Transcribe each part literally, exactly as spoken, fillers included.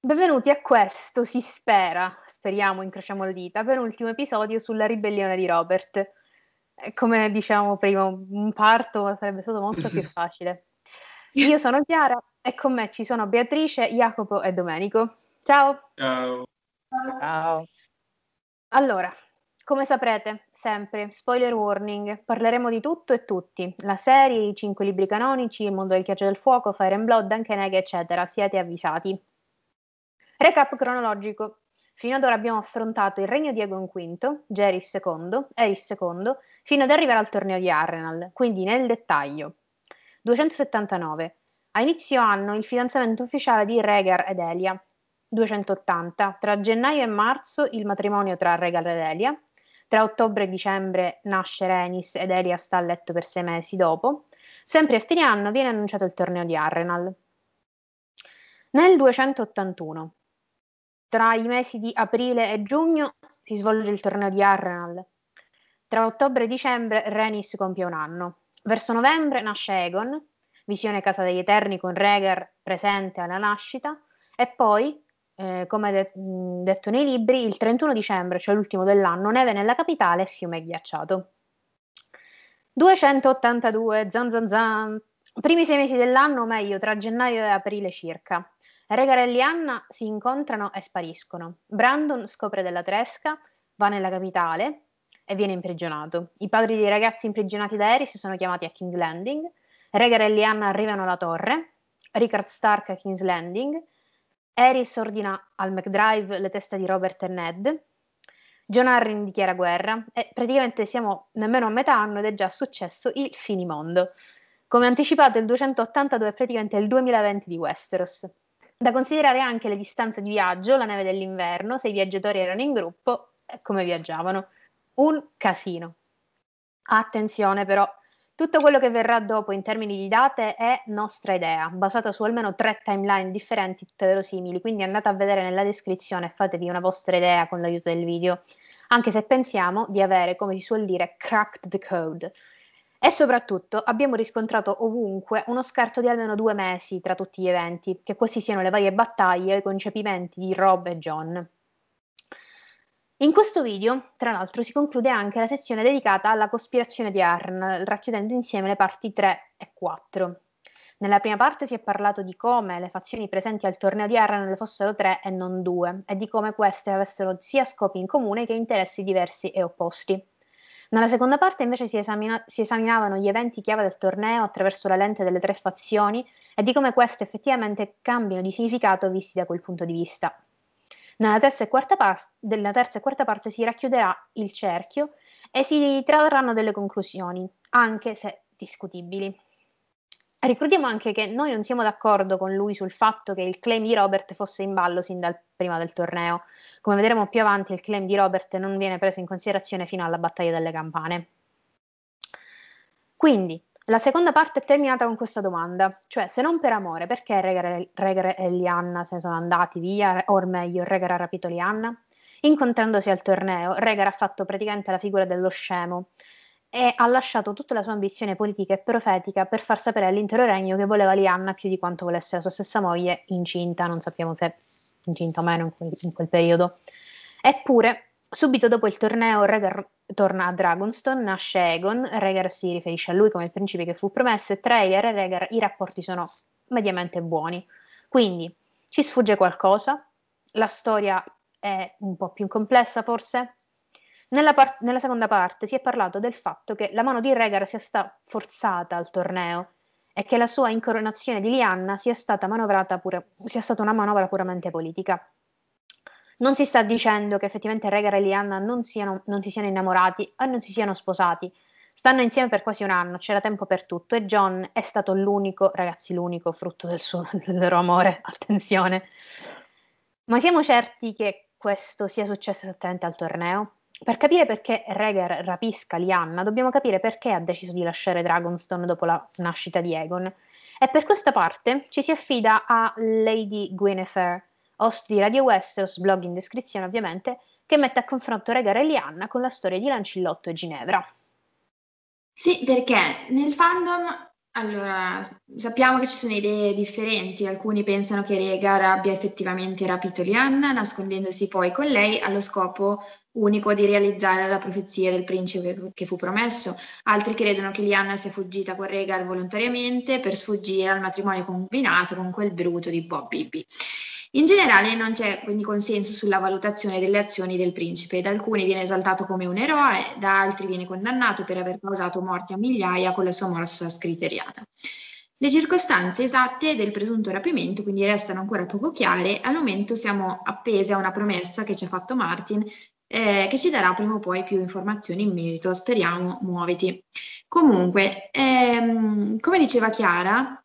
Benvenuti a questo, si spera, speriamo, incrociamo le dita, per un ultimo episodio sulla ribellione di Robert. Eh, Come dicevamo prima, un parto sarebbe stato molto più facile. Io sono Chiara e con me ci sono Beatrice, Jacopo e Domenico. Ciao! Ciao. Ciao. Allora, come saprete, sempre, spoiler warning, parleremo di tutto e tutti. La serie, i cinque libri canonici, il mondo del ghiaccio del fuoco, Fire and Blood, anche Nega, eccetera. Siete avvisati. Recap cronologico. Fino ad ora abbiamo affrontato il regno di Aegon V, Jaehaerys secondo, Aerys secondo, fino ad arrivare al torneo di Harrenhal, quindi nel dettaglio. duecentosettantanove. A inizio anno il fidanzamento ufficiale di Rhaegar ed Elia. duecentottanta. Tra gennaio e marzo il matrimonio tra Rhaegar ed Elia. Tra ottobre e dicembre nasce Rhaenys ed Elia sta a letto per sei mesi dopo. Sempre a fine anno viene annunciato il torneo di Harrenhal. Nel duecentottantuno. Tra i mesi di aprile e giugno si svolge il torneo di Harrenhal. Tra ottobre e dicembre Rhaenys compie un anno. Verso novembre nasce Aegon, visione Casa degli Eterni con Rhaegar presente alla nascita, e poi, eh, come de- detto nei libri, il trentuno dicembre, cioè l'ultimo dell'anno, neve nella capitale e fiume ghiacciato. duecentottantadue, zan zan zan. Primi sei mesi dell'anno, o meglio, tra gennaio e aprile circa. Rhaegar e Lyanna si incontrano e spariscono. Brandon scopre della tresca, va nella capitale e viene imprigionato. I padri dei ragazzi imprigionati da Aerys sono chiamati a King's Landing. Rhaegar e Lyanna arrivano alla torre. Rickard Stark a King's Landing. Aerys ordina al McDrive le teste di Robert e Ned. Jon Arryn dichiara guerra e praticamente siamo nemmeno a metà anno ed è già successo il finimondo. Come anticipato, il duecentottantadue è praticamente il duemilaventi di Westeros. Da considerare anche le distanze di viaggio, la neve dell'inverno, se i viaggiatori erano in gruppo e come viaggiavano. Un casino. Attenzione però, tutto quello che verrà dopo in termini di date è nostra idea, basata su almeno tre timeline differenti, tutte verosimili, quindi andate a vedere nella descrizione e fatevi una vostra idea con l'aiuto del video, anche se pensiamo di avere, come si suol dire, cracked the code. E soprattutto abbiamo riscontrato ovunque uno scarto di almeno due mesi tra tutti gli eventi, che questi siano le varie battaglie e i concepimenti di Robb e Jon. In questo video, tra l'altro, si conclude anche la sezione dedicata alla cospirazione di Harrenhal, racchiudendo insieme le parti tre e quattro. Nella prima parte si è parlato di come le fazioni presenti al torneo di Harrenhal fossero tre e non due, e di come queste avessero sia scopi in comune che interessi diversi e opposti. Nella seconda parte invece si, esamina- si esaminavano gli eventi chiave del torneo attraverso la lente delle tre fazioni e di come queste effettivamente cambiano di significato visti da quel punto di vista. Nella terza e quarta, par- della terza e quarta parte si racchiuderà il cerchio e si trarranno delle conclusioni, anche se discutibili. Ricordiamo anche che noi non siamo d'accordo con lui sul fatto che il claim di Robert fosse in ballo sin dal prima del torneo. Come vedremo più avanti, il claim di Robert non viene preso in considerazione fino alla battaglia delle campane. Quindi, la seconda parte è terminata con questa domanda, cioè se non per amore, perché Rhaegar e Lyanna se ne sono andati via, o meglio, Rhaegar ha rapito Lyanna? Incontrandosi al torneo, Rhaegar ha fatto praticamente la figura dello scemo e ha lasciato tutta la sua ambizione politica e profetica per far sapere all'intero regno che voleva Lyanna più di quanto volesse la sua stessa moglie incinta, non sappiamo se incinta o meno in quel, in quel periodo. Eppure, subito dopo il torneo Rhaegar torna a Dragonstone, nasce Aegon, Rhaegar si riferisce a lui come il principe che fu promesso e tra Aegar e Rhaegar i rapporti sono mediamente buoni. Quindi ci sfugge qualcosa? La storia è un po' più complessa forse? Nella, part- nella seconda parte si è parlato del fatto che la mano di Rhaegar sia stata forzata al torneo e che la sua incoronazione di Lyanna sia stata manovrata pure, sia stata una manovra puramente politica. Non si sta dicendo che effettivamente Rhaegar e Lyanna non, siano, non si siano innamorati e non si siano sposati. Stanno insieme per quasi un anno, c'era tempo per tutto e Jon è stato l'unico, ragazzi, l'unico frutto del, suo, del loro amore, attenzione. Ma siamo certi che questo sia successo esattamente al torneo? Per capire perché Rhaegar rapisca Lyanna, dobbiamo capire perché ha deciso di lasciare Dragonstone dopo la nascita di Aegon. E per questa parte ci si affida a Lady Guinevere, host di Radio Westeros, blog in descrizione ovviamente, che mette a confronto Rhaegar e Lyanna con la storia di Lancillotto e Ginevra. Sì, perché nel fandom Allora, sappiamo che ci sono idee differenti. Alcuni pensano che Rhaegar abbia effettivamente rapito Lyanna, nascondendosi poi con lei allo scopo unico di realizzare la profezia del principe che fu promesso. Altri credono che Lyanna sia fuggita con Rhaegar volontariamente per sfuggire al matrimonio combinato con quel bruto di Bob Bibby. In generale non c'è quindi consenso sulla valutazione delle azioni del principe. Da alcuni viene esaltato come un eroe, da altri viene condannato per aver causato morti a migliaia con la sua mossa scriteriata. Le circostanze esatte del presunto rapimento quindi restano ancora poco chiare. Al momento siamo appesi a una promessa che ci ha fatto Martin, eh, che ci darà prima o poi più informazioni in merito. Speriamo, muoviti. Comunque, ehm, come diceva Chiara,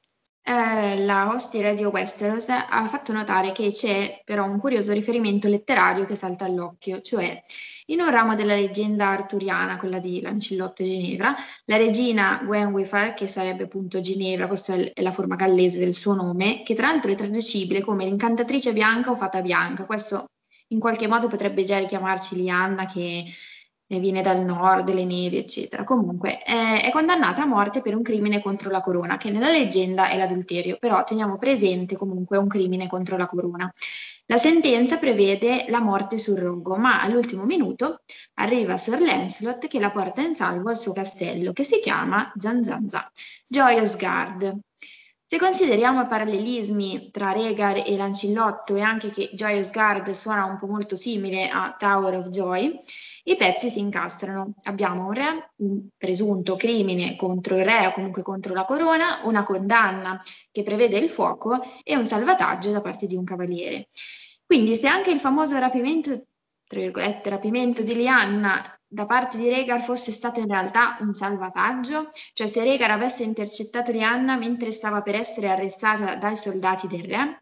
eh, la host di Radio Westeros ha fatto notare che c'è però un curioso riferimento letterario che salta all'occhio, cioè in un ramo della leggenda arturiana, quella di Lancillotto e Ginevra, la regina Gwenwyfar, che sarebbe appunto Ginevra, questa è la forma gallese del suo nome, che tra l'altro è traducibile come l'incantatrice bianca o fata bianca. Questo in qualche modo potrebbe già richiamarci Lianna che eh, viene dal nord, le nevi, eccetera. Comunque, eh, è condannata a morte per un crimine contro la corona, che nella leggenda è l'adulterio, però teniamo presente comunque un crimine contro la corona. La sentenza prevede la morte sul rogo, ma all'ultimo minuto arriva Sir Lancelot che la porta in salvo al suo castello, che si chiama Zanzanza, Joyous Guard. Se consideriamo i parallelismi tra Rhaegar e Lancillotto e anche che Joyous Guard suona un po' molto simile a Tower of Joy, i pezzi si incastrano. Abbiamo un re, un presunto crimine contro il re o comunque contro la corona, una condanna che prevede il fuoco e un salvataggio da parte di un cavaliere. Quindi se anche il famoso rapimento, tra virgolette, rapimento di Lyanna da parte di Rhaegar fosse stato in realtà un salvataggio, cioè se Rhaegar avesse intercettato Lyanna mentre stava per essere arrestata dai soldati del re,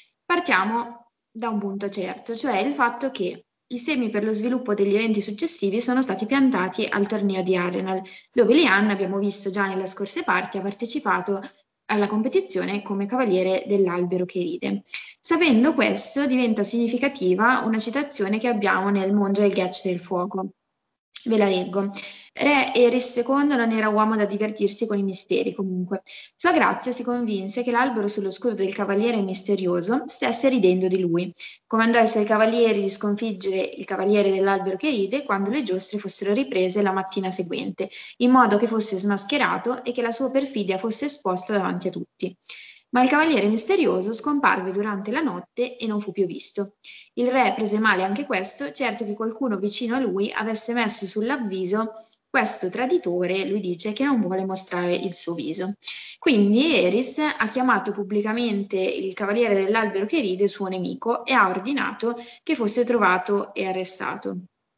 partiamo da un punto certo, cioè il fatto che i semi per lo sviluppo degli eventi successivi sono stati piantati al torneo di Harrenhal, dove Lyanna, abbiamo visto già nelle scorse parti, ha partecipato alla competizione come cavaliere dell'albero che ride. Sapendo questo, diventa significativa una citazione che abbiamo nel mondo del ghiaccio e del fuoco. Ve la leggo. Re Eris secondo non era uomo da divertirsi con i misteri, comunque. Sua grazia si convinse che l'albero sullo scudo del cavaliere misterioso stesse ridendo di lui. Comandò ai suoi cavalieri di sconfiggere il cavaliere dell'albero che ride quando le giostre fossero riprese la mattina seguente, in modo che fosse smascherato e che la sua perfidia fosse esposta davanti a tutti. Ma il cavaliere misterioso scomparve durante la notte e non fu più visto. Il re prese male anche questo, certo che qualcuno vicino a lui avesse messo sull'avviso questo traditore, lui dice, che non vuole mostrare il suo viso. Quindi Eris ha chiamato pubblicamente il cavaliere dell'albero che ride suo nemico e ha ordinato che fosse trovato e arrestato.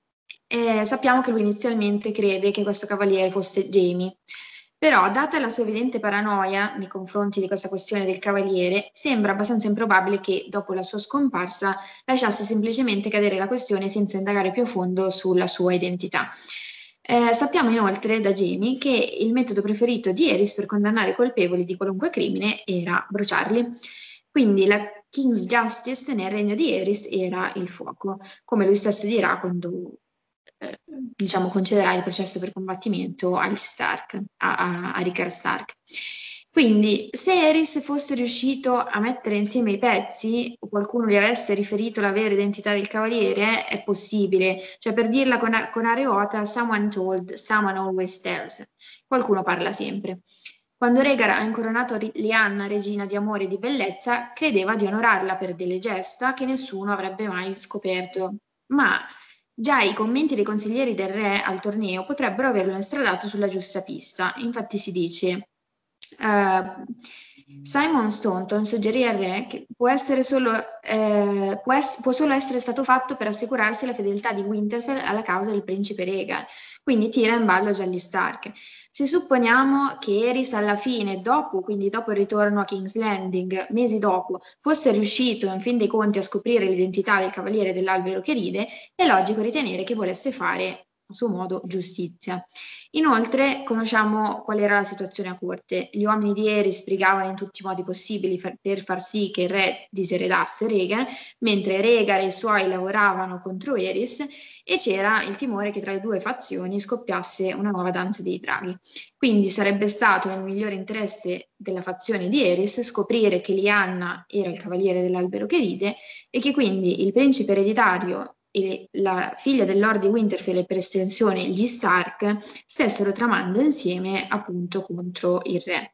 E sappiamo che lui inizialmente crede che questo cavaliere fosse Jaime. Però, data la sua evidente paranoia nei confronti di questa questione del cavaliere, sembra abbastanza improbabile che, dopo la sua scomparsa, lasciasse semplicemente cadere la questione senza indagare più a fondo sulla sua identità. Eh, sappiamo inoltre da Jaime che il metodo preferito di Eris per condannare i colpevoli di qualunque crimine era bruciarli. Quindi la King's Justice nel regno di Eris era il fuoco, come lui stesso dirà quando eh, diciamo, concederà il processo per combattimento agli Stark, a, a, a Rickard Stark. Quindi, se Eris fosse riuscito a mettere insieme i pezzi, o qualcuno gli avesse riferito la vera identità del cavaliere, è possibile. Cioè, per dirla con, con Areota, someone told, someone always tells. Qualcuno parla sempre. Quando Rhaegar ha incoronato Lyanna, regina di amore e di bellezza, credeva di onorarla per delle gesta che nessuno avrebbe mai scoperto. Ma già i commenti dei consiglieri del re al torneo potrebbero averlo estradato sulla giusta pista. Infatti si dice uh, Simon Staunton suggerì al re che può, essere solo, eh, può, es- può solo essere stato fatto per assicurarsi la fedeltà di Winterfell alla causa del principe Rhaegar, quindi tira in ballo già gli Stark. Se supponiamo che Eris alla fine, dopo, quindi dopo il ritorno a King's Landing, mesi dopo, fosse riuscito in fin dei conti a scoprire l'identità del cavaliere dell'albero che ride, è logico ritenere che volesse fare a suo modo, giustizia. Inoltre conosciamo qual era la situazione a corte. Gli uomini di Eris brigavano in tutti i modi possibili per, per far sì che il re diseredasse Rhaegar, mentre Rhaegar e i suoi lavoravano contro Eris e c'era il timore che tra le due fazioni scoppiasse una nuova danza dei draghi. Quindi sarebbe stato nel migliore interesse della fazione di Eris scoprire che Lyanna era il cavaliere dell'albero che ride e che quindi il principe ereditario e la figlia del Lord di Winterfell e per estensione gli Stark stessero tramando insieme appunto contro il re.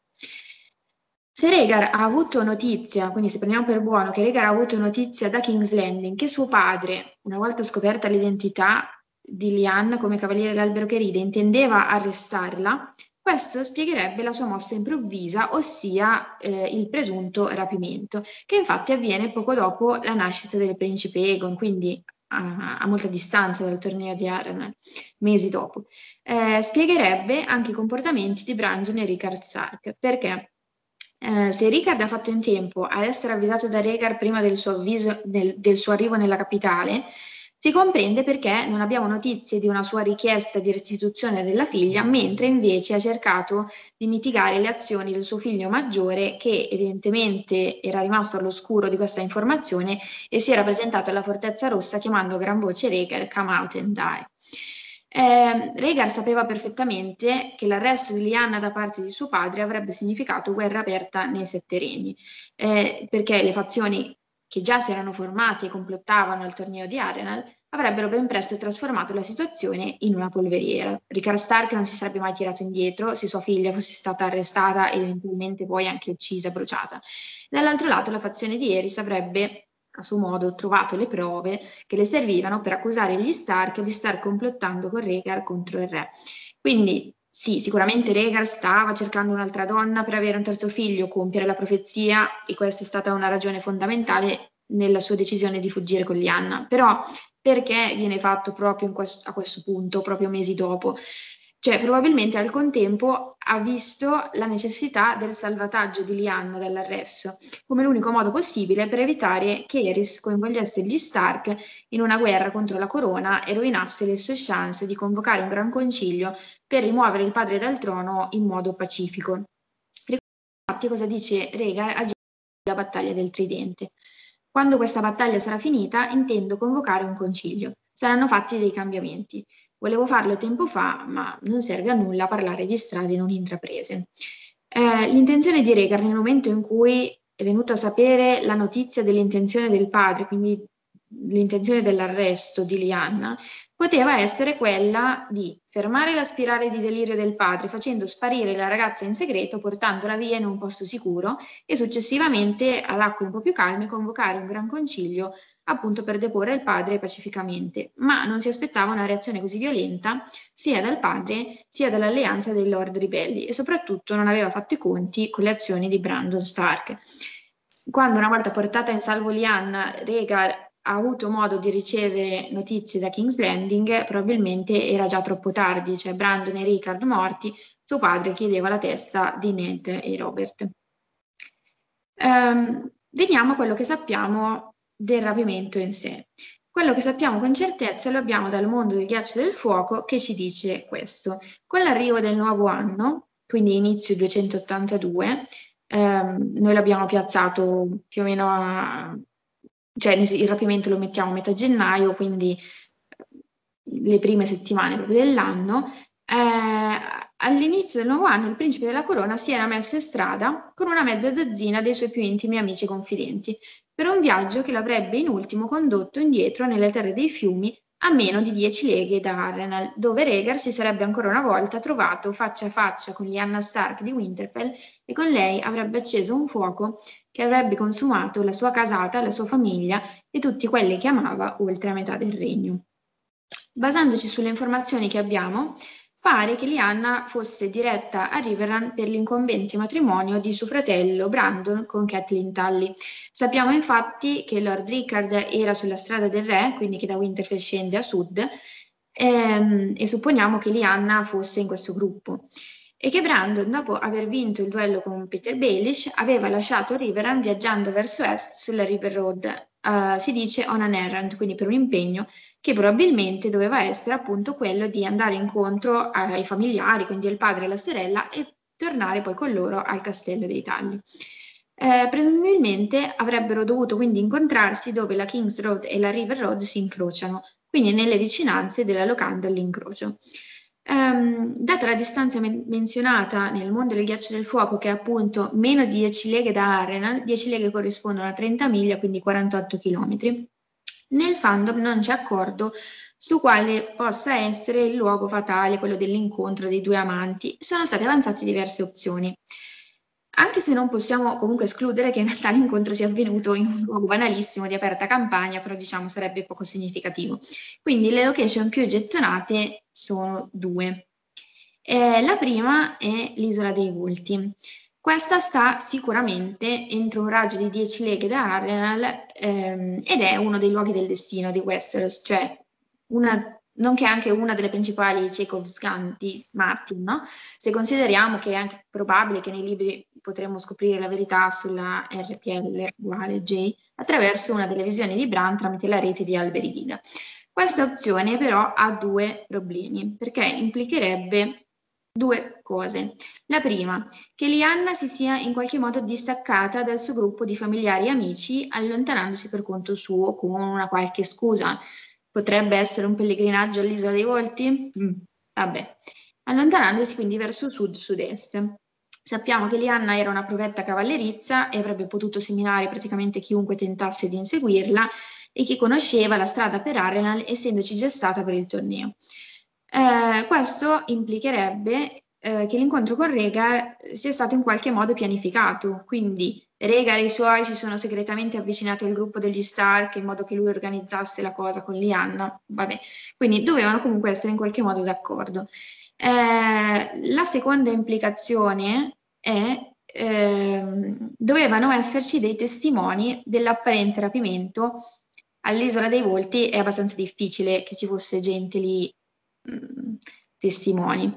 Se Rhaegar ha avuto notizia, quindi se prendiamo per buono che Rhaegar ha avuto notizia da King's Landing che suo padre, una volta scoperta l'identità di Lyanna come cavaliere dell'albero che ride, intendeva arrestarla, questo spiegherebbe la sua mossa improvvisa, ossia eh, il presunto rapimento, che infatti avviene poco dopo la nascita del principe Aegon, quindi a, a molta distanza dal torneo di Harrenhal, mesi dopo. Eh, spiegherebbe anche i comportamenti di Brandon e Rickard Stark, perché eh, se Rickard ha fatto in tempo ad essere avvisato da Rhaegar prima del suo, avviso, del, del suo arrivo nella capitale, si comprende perché non abbiamo notizie di una sua richiesta di restituzione della figlia, mentre invece ha cercato di mitigare le azioni del suo figlio maggiore, che evidentemente era rimasto all'oscuro di questa informazione e si era presentato alla Fortezza Rossa chiamando a gran voce Rhaegar "Come out and die". Eh, Rhaegar sapeva perfettamente che l'arresto di Lyanna da parte di suo padre avrebbe significato guerra aperta nei Sette Regni, eh, perché le fazioni che già si erano formate e complottavano al torneo di Harrenhal avrebbero ben presto trasformato la situazione in una polveriera. Rickard Stark non si sarebbe mai tirato indietro se sua figlia fosse stata arrestata e eventualmente poi anche uccisa, bruciata. Dall'altro lato, la fazione di Eris avrebbe a suo modo trovato le prove che le servivano per accusare gli Stark di star complottando con Rhaegar contro il re. Quindi sì, sicuramente Rhaegar stava cercando un'altra donna per avere un terzo figlio, compiere la profezia, e questa è stata una ragione fondamentale nella sua decisione di fuggire con Lyanna. Però perché viene fatto proprio in questo, a questo punto, proprio mesi dopo? Cioè, probabilmente al contempo ha visto la necessità del salvataggio di Lyanna dall'arresto come l'unico modo possibile per evitare che Eris coinvolgesse gli Stark in una guerra contro la corona e rovinasse le sue chance di convocare un gran concilio per rimuovere il padre dal trono in modo pacifico. Infatti, cosa dice Rhaegar a la battaglia del Tridente? Quando questa battaglia sarà finita, intendo convocare un concilio. Saranno fatti dei cambiamenti. Volevo farlo tempo fa, ma non serve a nulla parlare di strade non intraprese. Eh, l'intenzione di Rhaegar nel momento in cui è venuto a sapere la notizia dell'intenzione del padre, quindi l'intenzione dell'arresto di Lyanna, poteva essere quella di fermare la spirale di delirio del padre facendo sparire la ragazza in segreto, portandola via in un posto sicuro e successivamente, ad acque un po' più calme, convocare un gran concilio appunto per deporre il padre pacificamente. Ma non si aspettava una reazione così violenta sia dal padre sia dall'alleanza dei Lord Ribelli e soprattutto non aveva fatto i conti con le azioni di Brandon Stark. Quando una volta portata in salvo Lyanna, Rhaegar ha avuto modo di ricevere notizie da King's Landing, probabilmente era già troppo tardi, cioè Brandon e Rickard morti, suo padre chiedeva la testa di Ned e Robert. Um, veniamo a quello che sappiamo del rapimento in sé. Quello che sappiamo con certezza lo abbiamo dal mondo del ghiaccio e del fuoco, che ci dice questo. Con l'arrivo del nuovo anno, quindi inizio duecentottantadue, ehm, noi l'abbiamo piazzato più o meno a... cioè il rapimento lo mettiamo a metà gennaio, quindi le prime settimane proprio dell'anno. Eh, all'inizio del nuovo anno il principe della corona si era messo in strada con una mezza dozzina dei suoi più intimi amici e confidenti per un viaggio che l'avrebbe in ultimo condotto indietro nelle terre dei fiumi a meno di dieci leghe da Harrenhal, dove Rhaegar si sarebbe ancora una volta trovato faccia a faccia con Lyanna Stark di Winterfell e con lei avrebbe acceso un fuoco che avrebbe consumato la sua casata, la sua famiglia e tutti quelli che amava oltre a metà del regno. Basandoci sulle informazioni che abbiamo, pare che Lyanna fosse diretta a Riverrun per l'incombente matrimonio di suo fratello Brandon con Catelyn Tully. Sappiamo infatti che Lord Rickard era sulla strada del re, quindi che da Winterfell scende a sud, ehm, e supponiamo che Lyanna fosse in questo gruppo. E che Brandon, dopo aver vinto il duello con Peter Baelish, aveva lasciato Riverrun viaggiando verso est sulla River Road, uh, si dice on an errand, quindi per un impegno, che probabilmente doveva essere appunto quello di andare incontro ai familiari, quindi al padre e alla sorella, e tornare poi con loro al Castello dei Talli. Eh, presumibilmente avrebbero dovuto quindi incontrarsi dove la King's Road e la River Road si incrociano, quindi nelle vicinanze della locanda all'incrocio. Um, data la distanza men- menzionata nel mondo del ghiaccio del fuoco, che è appunto meno di dieci leghe da Arenal, dieci leghe corrispondono a trenta miglia, quindi quarantotto chilometri, nel fandom non c'è accordo su quale possa essere il luogo fatale, quello dell'incontro dei due amanti. Sono state avanzate diverse opzioni. Anche se non possiamo comunque escludere che in realtà l'incontro sia avvenuto in un luogo banalissimo di aperta campagna, però diciamo sarebbe poco significativo. Quindi le location più gettonate sono due. Eh, la prima è l'Isola dei Volti. Questa sta sicuramente entro un raggio di dieci leghe da Ardenal ehm, ed è uno dei luoghi del destino di Westeros, cioè una, nonché anche una delle principali Chekhov's gun di Martin, no? Se consideriamo che è anche probabile che nei libri potremmo scoprire la verità sulla R P L uguale J attraverso una delle visioni di Bran tramite la rete di alberi guida. Questa opzione però ha due problemi, perché implicherebbe due cose. La prima, che Lianna si sia in qualche modo distaccata dal suo gruppo di familiari e amici, allontanandosi per conto suo con una qualche scusa. Potrebbe essere un pellegrinaggio all'Isola dei Volti? Mm, vabbè. Allontanandosi quindi verso sud-sud-est. Sappiamo che Lianna era una provetta cavallerizza e avrebbe potuto seminare praticamente chiunque tentasse di inseguirla e chi conosceva la strada per Arenal essendoci già stata per il torneo. Eh, questo implicherebbe eh, che l'incontro con Rhaegar sia stato in qualche modo pianificato, quindi Rhaegar e i suoi si sono segretamente avvicinati al gruppo degli Stark in modo che lui organizzasse la cosa con Lyanna, vabbè, quindi dovevano comunque essere in qualche modo d'accordo. Eh, la seconda implicazione è ehm, dovevano esserci dei testimoni dell'apparente rapimento all'Isola dei Volti. È abbastanza difficile che ci fosse gente lì mh, testimoni.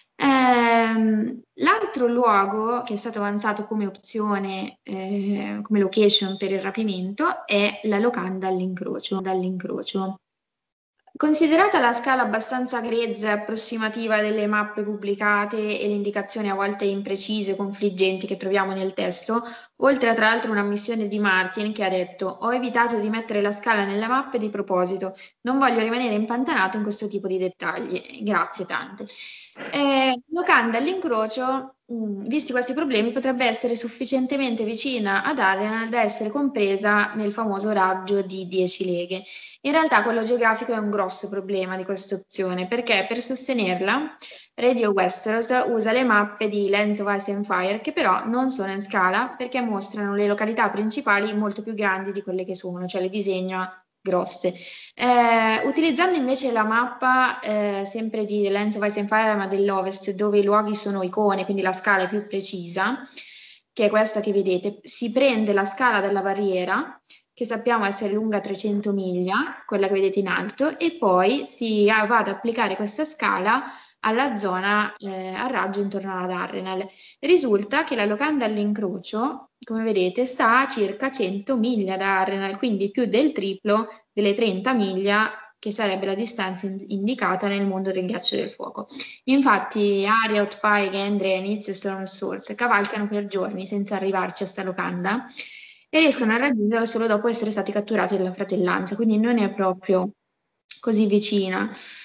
Ehm, l'altro luogo che è stato avanzato come opzione, eh, come location per il rapimento, è la locanda all'incrocio, dall'incrocio. Considerata la scala abbastanza grezza e approssimativa delle mappe pubblicate e le indicazioni a volte imprecise, confliggenti che troviamo nel testo, oltre a tra l'altro una missione di Martin che ha detto: ho evitato di mettere la scala nella mappa di proposito, non voglio rimanere impantanato in questo tipo di dettagli. Grazie tante. Eh, locanda all'incrocio, mh, visti questi problemi, potrebbe essere sufficientemente vicina ad Arianal da essere compresa nel famoso raggio di dieci leghe. In realtà quello geografico è un grosso problema di questa opzione, perché per sostenerla Radio Westeros usa le mappe di Lands of Ice and Fire, che però non sono in scala perché mostrano le località principali molto più grandi di quelle che sono, cioè le disegna grosse. Eh, utilizzando invece la mappa eh, sempre di Lands of Ice and Fire, ma dell'Ovest, dove i luoghi sono icone, quindi la scala è più precisa, che è questa che vedete, si prende la scala della barriera, che sappiamo essere lunga trecento miglia, quella che vedete in alto, e poi si va ad applicare questa scala alla zona eh, a raggio intorno ad Arrenal. Risulta che la locanda all'incrocio, come vedete, sta a circa cento miglia da Arrenal, quindi più del triplo delle trenta miglia che sarebbe la distanza in- indicata nel mondo del ghiaccio del fuoco. Infatti Arya, Otpie, Gendry, Inizio e Storm Souls cavalcano per giorni senza arrivarci a sta locanda e riescono a raggiungerla solo dopo essere stati catturati dalla fratellanza, quindi non è proprio così vicina.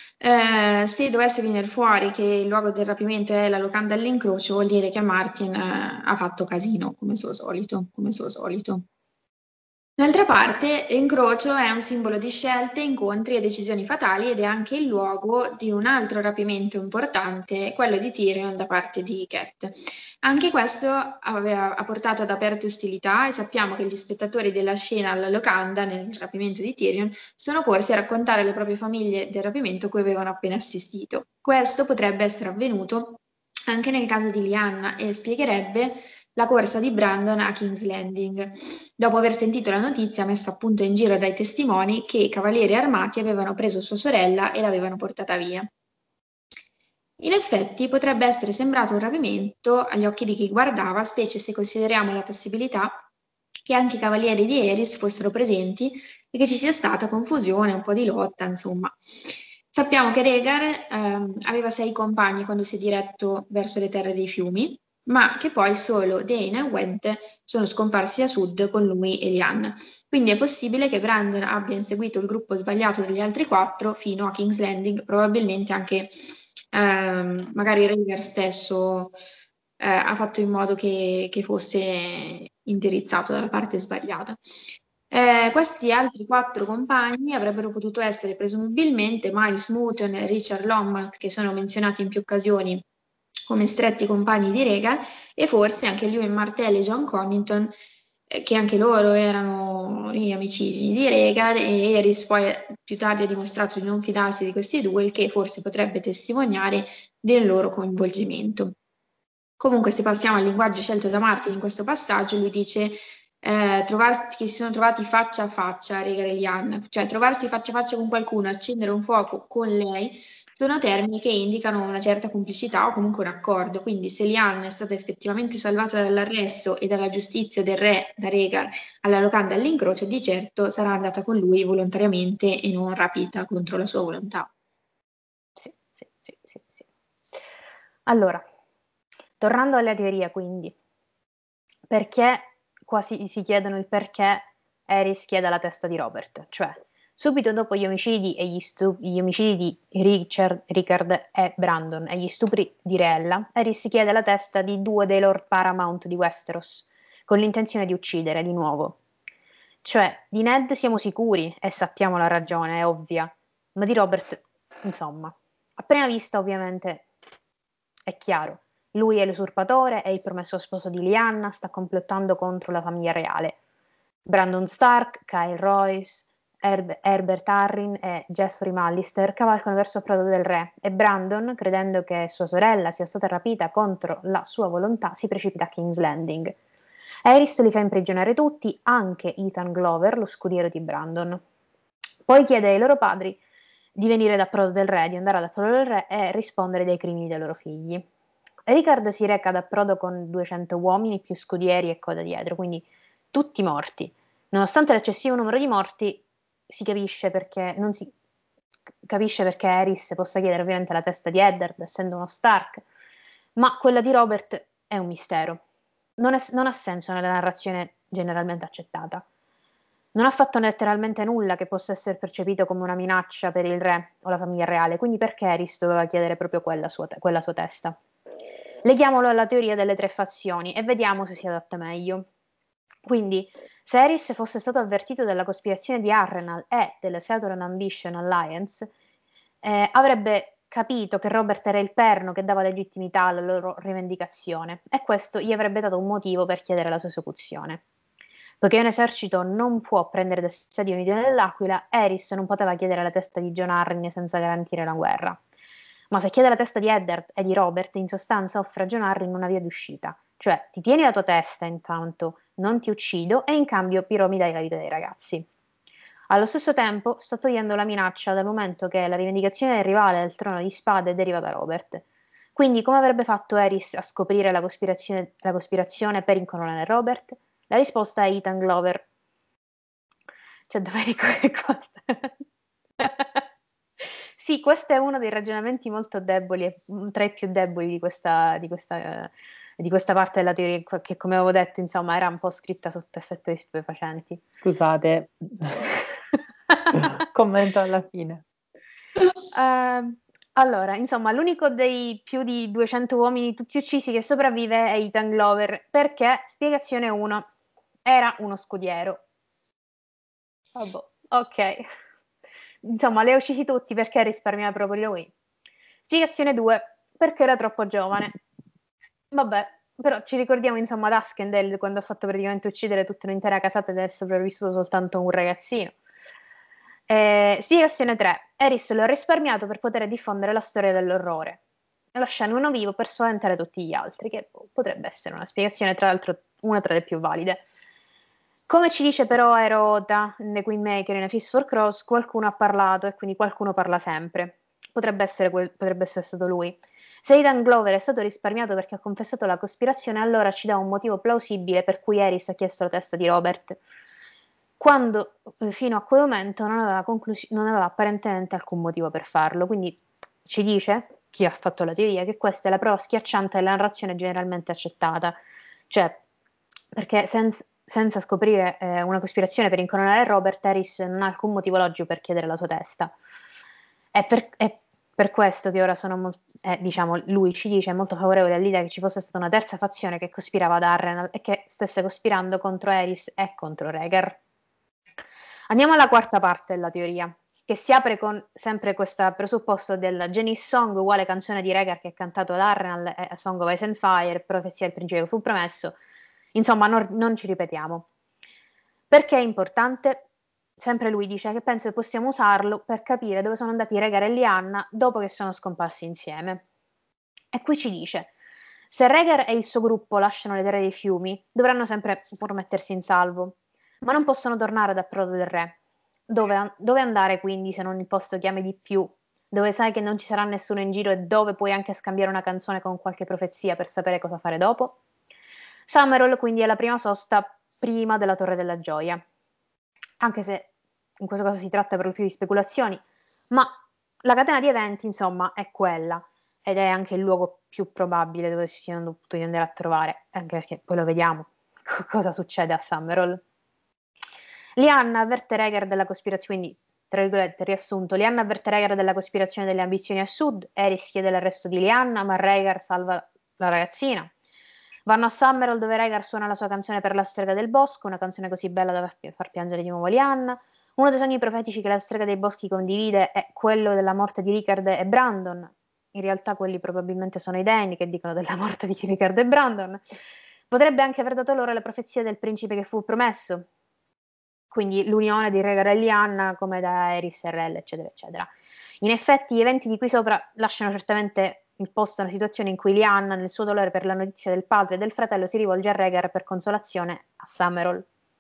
Eh, se dovesse venire fuori che il luogo del rapimento è la locanda all'incrocio, vuol dire che Martin eh, ha fatto casino, come suo solito, come suo solito. D'altra parte, l'incrocio è un simbolo di scelte, incontri e decisioni fatali ed è anche il luogo di un altro rapimento importante, quello di Tyrion da parte di Cat. Anche questo aveva, ha portato ad aperte ostilità e sappiamo che gli spettatori della scena alla locanda, nel rapimento di Tyrion, sono corsi a raccontare alle proprie famiglie del rapimento a cui avevano appena assistito. Questo potrebbe essere avvenuto anche nel caso di Lyanna e spiegherebbe la corsa di Brandon a King's Landing, dopo aver sentito la notizia messa appunto in giro dai testimoni che i cavalieri armati avevano preso sua sorella e l'avevano portata via. In effetti potrebbe essere sembrato un rapimento agli occhi di chi guardava, specie se consideriamo la possibilità che anche i cavalieri di Eris fossero presenti e che ci sia stata confusione, un po' di lotta, insomma. Sappiamo che Rhaegar ehm, aveva sei compagni quando si è diretto verso le terre dei fiumi, ma che poi solo Dane e Wenthe sono scomparsi a sud con lui e Lyanna. Quindi è possibile che Brandon abbia inseguito il gruppo sbagliato degli altri quattro fino a King's Landing, probabilmente anche ehm, magari Rhaegar stesso eh, ha fatto in modo che, che fosse indirizzato dalla parte sbagliata. Eh, questi altri quattro compagni avrebbero potuto essere presumibilmente Miles Mouton e Richard Longmouth, che sono menzionati in più occasioni come stretti compagni di Rhaegar, e forse anche Lewin Martell e John Connington, eh, che anche loro erano gli amicini di Rhaegar, e Eris poi più tardi ha dimostrato di non fidarsi di questi due, il che forse potrebbe testimoniare del loro coinvolgimento. Comunque, se passiamo al linguaggio scelto da Martin in questo passaggio, lui dice eh, trovarsi, che si sono trovati faccia a faccia, Rhaegar e Lyanna, cioè trovarsi faccia a faccia con qualcuno, accendere un fuoco con lei, sono termini che indicano una certa complicità o comunque un accordo. Quindi se Lyanna è stata effettivamente salvata dall'arresto e dalla giustizia del re da Rhaegar alla locanda all'incrocio, di certo sarà andata con lui volontariamente e non rapita contro la sua volontà. Sì, sì, sì, sì, sì. Allora, tornando alla teoria, quindi, perché quasi si chiedono il perché Eris chieda la testa di Robert, cioè subito dopo gli omicidi e gli, stu- gli omicidi di Richard, Rickard e Brandon e gli stupri di Rella, Eris chiede la testa di due dei Lord Paramount di Westeros, con l'intenzione di uccidere di nuovo. Cioè, di Ned siamo sicuri e sappiamo la ragione, è ovvia, ma di Robert, insomma, a prima vista ovviamente è chiaro. Lui è l'usurpatore, è il promesso sposo di Lyanna, sta complottando contro la famiglia reale. Brandon Stark, Kyle Royce, Herb- Herbert Arryn e Jeffrey Mallister cavalcano verso il Prato del Re e Brandon, credendo che sua sorella sia stata rapita contro la sua volontà, si precipita a King's Landing. Aerys li fa imprigionare tutti, anche Ethan Glover, lo scudiero di Brandon. Poi chiede ai loro padri di venire da Prato del Re, di andare ad Prato del Re e rispondere dei crimini dei loro figli. Ricard si reca ad Approdo con duecento uomini più scudieri e coda dietro, quindi tutti morti. Nonostante l'eccessivo numero di morti, si capisce perché non si capisce perché Aerys possa chiedere ovviamente la testa di Eddard, essendo uno Stark, ma quella di Robert è un mistero. Non, è, non ha senso nella narrazione generalmente accettata. Non ha fatto letteralmente nulla che possa essere percepito come una minaccia per il re o la famiglia reale, quindi perché Aerys doveva chiedere proprio quella sua, te- quella sua testa? Leghiamolo alla teoria delle tre fazioni e vediamo se si adatta meglio. Quindi, se Aerys fosse stato avvertito della cospirazione di Harrenhal e della Southern Ambition Alliance, eh, avrebbe capito che Robert era il perno che dava legittimità alla loro rivendicazione e questo gli avrebbe dato un motivo per chiedere la sua esecuzione. Poiché un esercito non può prendere d'assedio un'idea dell'Aquila, Aerys non poteva chiedere la testa di Jon Arryn senza garantire la guerra. Ma se chiede la testa di Eddard e di Robert, in sostanza offre a Jon Arryn una via d'uscita. Cioè, ti tieni la tua testa intanto, non ti uccido, e in cambio però mi dai la vita dei ragazzi. Allo stesso tempo, sto togliendo la minaccia dal momento che la rivendicazione del rivale al trono di spade deriva da Robert. Quindi, come avrebbe fatto Aerys a scoprire la cospirazione, la cospirazione per incoronare Robert? La risposta è Ethan Glover. Cioè, Domenico, che cosa? Sì, questo è uno dei ragionamenti molto deboli, tra i più deboli di questa, di questa, di questa parte della teoria, che come avevo detto, insomma, era un po' scritta sotto effetto di stupefacenti. Scusate, commento alla fine. Uh, allora, insomma, l'unico dei più di duecento uomini tutti uccisi che sopravvive è Ethan Glover, perché, spiegazione uno, era uno scudiero. Vabbè, ok. Insomma, li ha uccisi tutti perché risparmiava proprio lui. Spiegazione due, perché era troppo giovane. Vabbè, però ci ricordiamo insomma ad Askendel quando ha fatto praticamente uccidere tutta un'intera casata ed è sopravvissuto soltanto un ragazzino. Eh, spiegazione tre, Eris lo ha risparmiato per poter diffondere la storia dell'orrore. Lasciando uno vivo per spaventare tutti gli altri, che potrebbe essere una spiegazione, tra l'altro una tra le più valide. Come ci dice però Erota, The Queenmaker in A Feast for Crows, qualcuno ha parlato e quindi qualcuno parla sempre. Potrebbe essere, quel, potrebbe essere stato lui. Se Aidan Glover è stato risparmiato perché ha confessato la cospirazione, allora ci dà un motivo plausibile per cui Eris ha chiesto la testa di Robert, quando eh, fino a quel momento non aveva, conclus- non aveva apparentemente alcun motivo per farlo. Quindi ci dice, chi ha fatto la teoria, che questa è la prova schiacciante della narrazione generalmente accettata, cioè perché senza, senza scoprire eh, una cospirazione per incoronare Robert, Eris non ha alcun motivo logico per chiedere la sua testa. È per, è per questo che ora sono molto, eh, diciamo, lui ci dice, è molto favorevole all'idea che ci fosse stata una terza fazione che cospirava ad Harrenhal e che stesse cospirando contro Eris e contro Rhaegar. Andiamo alla quarta parte della teoria, che si apre con sempre questo presupposto del Janice Song, uguale canzone di Rhaegar che è cantato ad Harrenhal, è Song of Ice and Fire, profezia del principe che fu promesso. Insomma, non, non ci ripetiamo. Perché è importante? Sempre lui dice che penso che possiamo usarlo per capire dove sono andati Rhaegar e Lyanna dopo che sono scomparsi insieme. E qui ci dice: se Rhaegar e il suo gruppo lasciano le terre dei fiumi, dovranno sempre pur mettersi in salvo, ma non possono tornare ad Approdo del Re. Dove, dove andare quindi se non il posto che ami di più, dove sai che non ci sarà nessuno in giro e dove puoi anche scambiare una canzone con qualche profezia per sapere cosa fare dopo? Summerall quindi è la prima sosta prima della Torre della Gioia, anche se in questo caso si tratta per lo più di speculazioni, ma la catena di eventi insomma è quella, ed è anche il luogo più probabile dove si siano dovuti andare a trovare, anche perché poi lo vediamo cosa succede a Summerall. Lyanna avverte Rhaegar della cospirazione, quindi tra virgolette riassunto, Lyanna avverte Rhaegar della cospirazione delle ambizioni a sud, Eris chiede l'arresto di Lyanna, ma Rhaegar salva la ragazzina. Vanno a Summerall dove Rhaegar suona la sua canzone per la strega del bosco, una canzone così bella da far piangere di nuovo Lyanna. Uno dei sogni profetici che la strega dei boschi condivide è quello della morte di Rickard e Brandon. In realtà quelli probabilmente sono i Dany che dicono della morte di Rickard e Brandon. Potrebbe anche aver dato loro le profezie del principe che fu promesso, quindi l'unione di Rhaegar e Lyanna come da Eris e Rell, eccetera, eccetera. In effetti gli eventi di qui sopra lasciano certamente il posto a una situazione in cui Lyanna, nel suo dolore per la notizia del padre e del fratello, si rivolge a Rhaegar per consolazione a Summerall.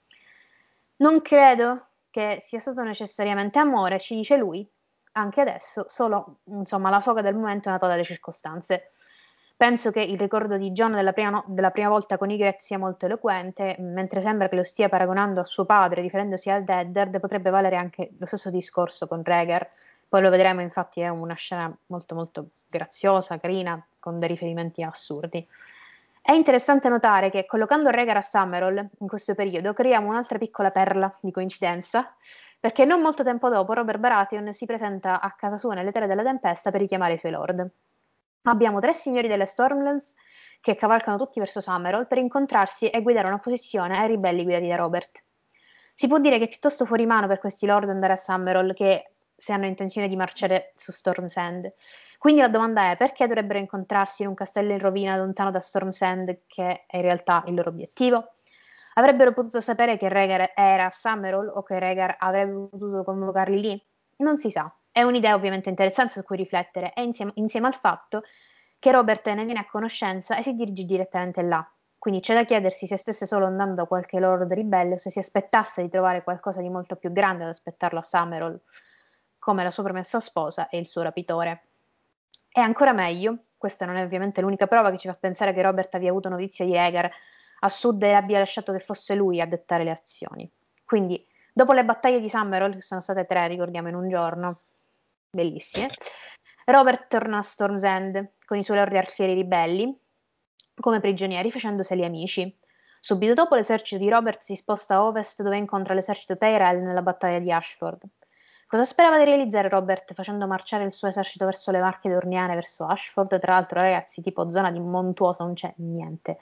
Non credo che sia stato necessariamente amore, ci dice lui, anche adesso, solo insomma la foga del momento è nata dalle circostanze. Penso che il ricordo di Jon della prima, no- della prima volta con Ygritte sia molto eloquente, mentre sembra che lo stia paragonando a suo padre, riferendosi al Deddard, potrebbe valere anche lo stesso discorso con Rhaegar. Poi lo vedremo, infatti è una scena molto molto graziosa, carina, con dei riferimenti assurdi. È interessante notare che collocando Rhaegar a Summerall in questo periodo creiamo un'altra piccola perla di coincidenza, perché non molto tempo dopo Robert Baratheon si presenta a casa sua nelle Terre della Tempesta per richiamare i suoi lord. Abbiamo tre signori delle Stormlands che cavalcano tutti verso Summerall per incontrarsi e guidare un'opposizione ai ribelli guidati da Robert. Si può dire che è piuttosto fuori mano per questi lord andare a Summerall che se hanno intenzione di marciare su Storm's End. Quindi la domanda è: perché dovrebbero incontrarsi in un castello in rovina lontano da Storm's End, che è in realtà il loro obiettivo? Avrebbero potuto sapere che Rhaegar era a Summerall o che Rhaegar avrebbe potuto convocarli lì? Non si sa. È un'idea ovviamente interessante su cui riflettere, e insieme, insieme al fatto che Robert ne viene a conoscenza e si dirige direttamente là. Quindi c'è da chiedersi se stesse solo andando a qualche lord ribelle o se si aspettasse di trovare qualcosa di molto più grande ad aspettarlo a Summerall, come la sua promessa sposa e il suo rapitore. E ancora meglio, questa non è ovviamente l'unica prova che ci fa pensare che Robert abbia avuto notizia di Rhaegar a sud e abbia lasciato che fosse lui a dettare le azioni. Quindi, dopo le battaglie di Summerall, che sono state tre, ricordiamo, in un giorno, bellissime, Robert torna a Storm's End con i suoi lord alfieri ribelli come prigionieri, facendoseli amici. Subito dopo l'esercito di Robert si sposta a ovest dove incontra l'esercito Tyrell nella battaglia di Ashford. Cosa sperava di realizzare Robert facendo marciare il suo esercito verso le Marche Dorniane, verso Ashford? Tra l'altro, ragazzi, tipo zona di montuosa, non c'è niente.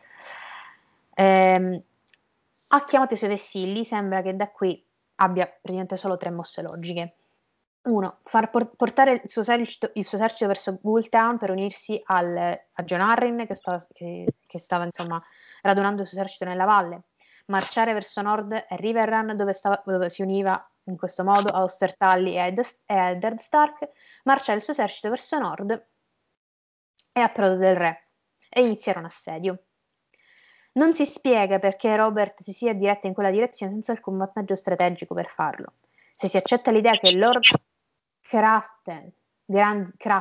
Ehm, ha chiamato i suoi vessilli, sembra che da qui abbia praticamente solo tre mosse logiche. Uno, far por- portare il suo, esercito, il suo esercito verso Bulltown per unirsi al, a Jon Arryn che stava, che, che stava insomma radunando il suo esercito nella valle, marciare verso nord a Riverrun dove, stava, dove si univa in questo modo a Oster Tully e a Eddard Stark, marciare il suo esercito verso nord e a Approdo del Re e iniziare un assedio. Non si spiega perché Robert si sia diretto in quella direzione senza alcun vantaggio strategico per farlo. Se si accetta l'idea che Lord Craften, Grand, Craft,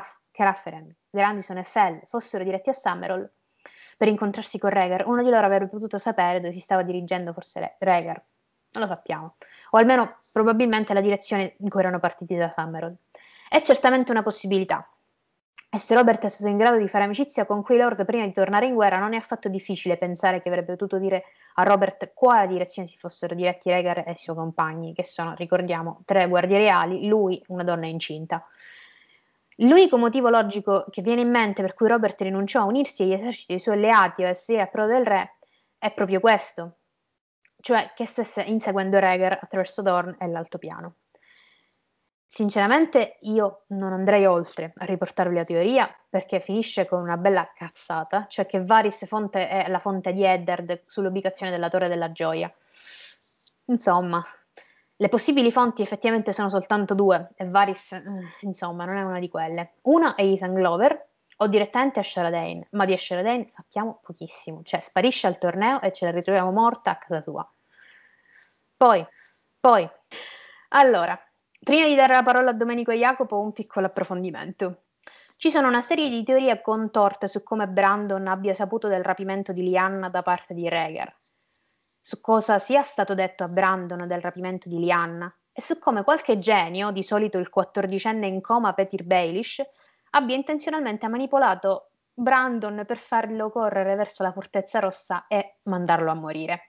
Carafferen, Grandison e Fell fossero diretti a Summerall per incontrarsi con Rhaegar, uno di loro avrebbe potuto sapere dove si stava dirigendo forse Rhaegar. Non lo sappiamo. O almeno probabilmente la direzione in cui erano partiti da Summerall. È certamente una possibilità. E se Robert è stato in grado di fare amicizia con quei lord prima di tornare in guerra, non è affatto difficile pensare che avrebbe potuto dire a Robert quale direzione si fossero diretti Rhaegar e i suoi compagni, che sono, ricordiamo, tre guardie reali, lui, una donna incinta. L'unico motivo logico che viene in mente per cui Robert rinunciò a unirsi agli eserciti dei suoi alleati o a essere a pro del re è proprio questo, cioè che stesse inseguendo Rhaegar attraverso Dorne e l'altopiano. Sinceramente io non andrei oltre a riportarvi la teoria, perché finisce con una bella cazzata, cioè che Varys fonte è la fonte di Eddard sull'ubicazione della Torre della Gioia. Insomma, le possibili fonti effettivamente sono soltanto due, e Varys, eh, insomma, non è una di quelle. Una è Ethan Glover, o direttamente a Shara Dane, ma di Shara Dane sappiamo pochissimo, cioè sparisce al torneo e ce la ritroviamo morta a casa sua. Poi, poi, allora, prima di dare la parola a Domenico e Jacopo, un piccolo approfondimento. Ci sono una serie di teorie contorte su come Brandon abbia saputo del rapimento di Lyanna da parte di Rhaegar, su cosa sia stato detto a Brandon del rapimento di Lyanna e su come qualche genio, di solito il quattordicenne in coma Petyr Baelish, abbia intenzionalmente manipolato Brandon per farlo correre verso la Fortezza Rossa e mandarlo a morire.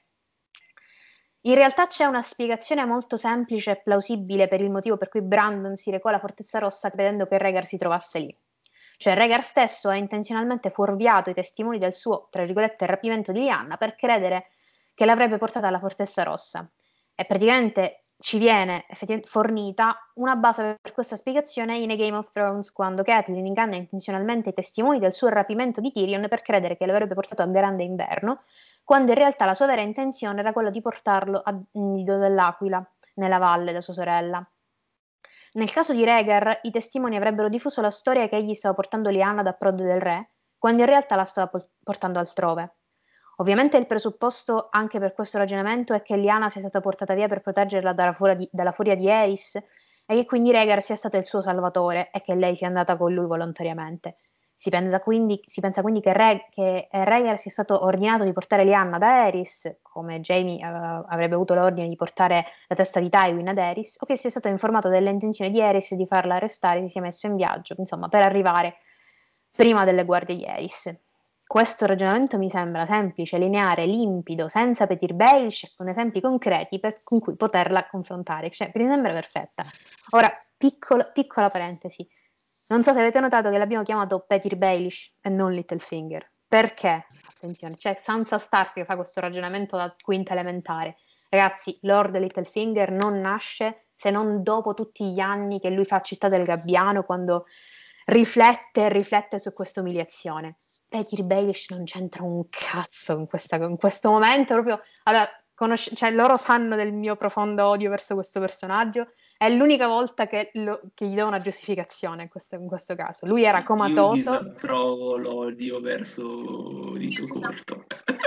In realtà c'è una spiegazione molto semplice e plausibile per il motivo per cui Brandon si recò alla Fortezza Rossa credendo che Rhaegar si trovasse lì. Cioè Rhaegar stesso ha intenzionalmente fuorviato i testimoni del suo, tra virgolette, rapimento di Lyanna per credere che l'avrebbe portata alla Fortezza Rossa. E praticamente ci viene effettivamente fornita una base per questa spiegazione in A Game of Thrones, quando Catelyn inganna intenzionalmente i testimoni del suo rapimento di Tyrion per credere che l'avrebbe portato al Grande Inverno, quando in realtà la sua vera intenzione era quella di portarlo a Nido dell'Aquila, nella valle da sua sorella. Nel caso di Rhaegar, i testimoni avrebbero diffuso la storia che egli stava portando Lyanna da Approdo del Re, quando in realtà la stava portando altrove. Ovviamente il presupposto anche per questo ragionamento è che Lyanna sia stata portata via per proteggerla dalla furia di, dalla furia di Aerys e che quindi Rhaegar sia stato il suo salvatore e che lei sia andata con lui volontariamente. Si pensa quindi, si pensa quindi che, Re, che Rhaegar sia stato ordinato di portare Lyanna ad Aerys, come Jaime uh, avrebbe avuto l'ordine di portare la testa di Tywin ad Aerys, o che sia stato informato delle intenzioni di Aerys di farla arrestare e si sia messo in viaggio, insomma, per arrivare prima delle guardie di Aerys. Questo ragionamento mi sembra semplice, lineare, limpido, senza Petyr Baelish, con esempi concreti per, con cui poterla confrontare. Cioè, mi sembra perfetta. Ora, piccolo, piccola parentesi. Non so se avete notato che l'abbiamo chiamato Petyr Baelish e non Littlefinger. Perché? Attenzione, c'è Sansa Stark che fa questo ragionamento da quinta elementare. Ragazzi, Lord Littlefinger non nasce se non dopo tutti gli anni che lui fa Città del Gabbiano, quando riflette e riflette su questa umiliazione. Petyr Baelish non c'entra un cazzo in, questa, in questo momento, proprio, allora, conosce, cioè, loro sanno del mio profondo odio verso questo personaggio, è l'unica volta che, lo, che gli do una giustificazione in questo, in questo caso. Lui era comatoso. Io disapprovo l'odio verso Lito Corto.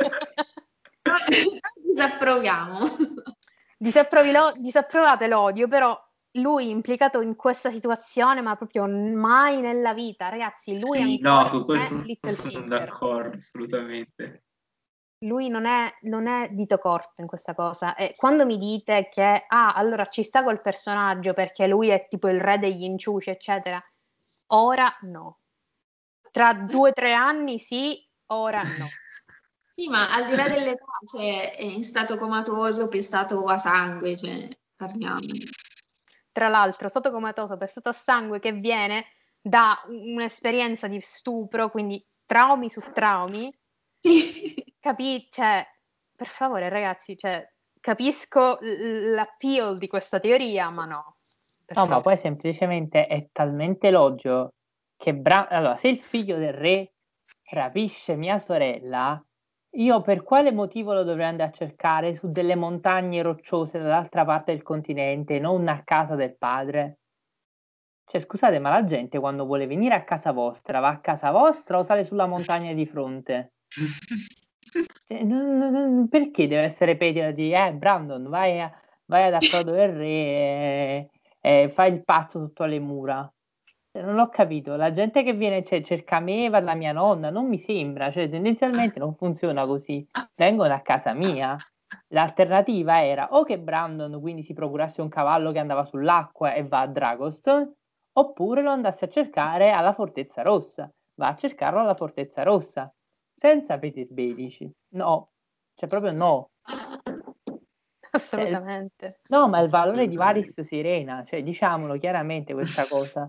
Disapproviamo. Disapprovi lo, disapprovate l'odio, però lui implicato in questa situazione, ma proprio mai nella vita, ragazzi, lui Sì, ancora no, su questo è Littlefinger. sono d'accordo, assolutamente. Lui non è, non è dito corto in questa cosa. E quando mi dite che, ah, allora ci sta col personaggio perché lui è tipo il re degli inciuci, eccetera, ora no. Tra due o tre anni sì, ora no. Sì, ma al di là dell'età, cioè, è in stato comatoso, pestato a sangue, cioè, parliamo. Tra l'altro, stato comatoso, pestato a sangue che viene da un'esperienza di stupro, quindi traumi su traumi. Sì. Capi- cioè, per favore, ragazzi, cioè, capisco l- l'appeal di questa teoria, ma no. Per No, favore. ma poi semplicemente è talmente logico che Bra- allora, se il figlio del re rapisce mia sorella, io per quale motivo lo dovrei andare a cercare su delle montagne rocciose dall'altra parte del continente, non a casa del padre? Cioè, scusate, ma la gente quando vuole venire a casa vostra va a casa vostra o sale sulla montagna di fronte? Cioè, non- non- perché deve essere Petyr di eh, Brandon, vai, a, vai ad Approdo del Re e, e fai il pazzo sotto le mura? Non ho capito, la gente che viene, cioè, cerca me, va la mia nonna, non mi sembra, cioè tendenzialmente non funziona così, vengono a casa mia. L'alternativa era o che Brandon quindi si procurasse un cavallo che andava sull'acqua e va a Dragonstone, oppure lo andasse a cercare alla Fortezza Rossa, va a cercarlo alla Fortezza Rossa, senza Peter Baelish, no, cioè proprio no. Assolutamente. Cioè, no, ma il valore di Varys Sirena, cioè diciamolo chiaramente questa cosa.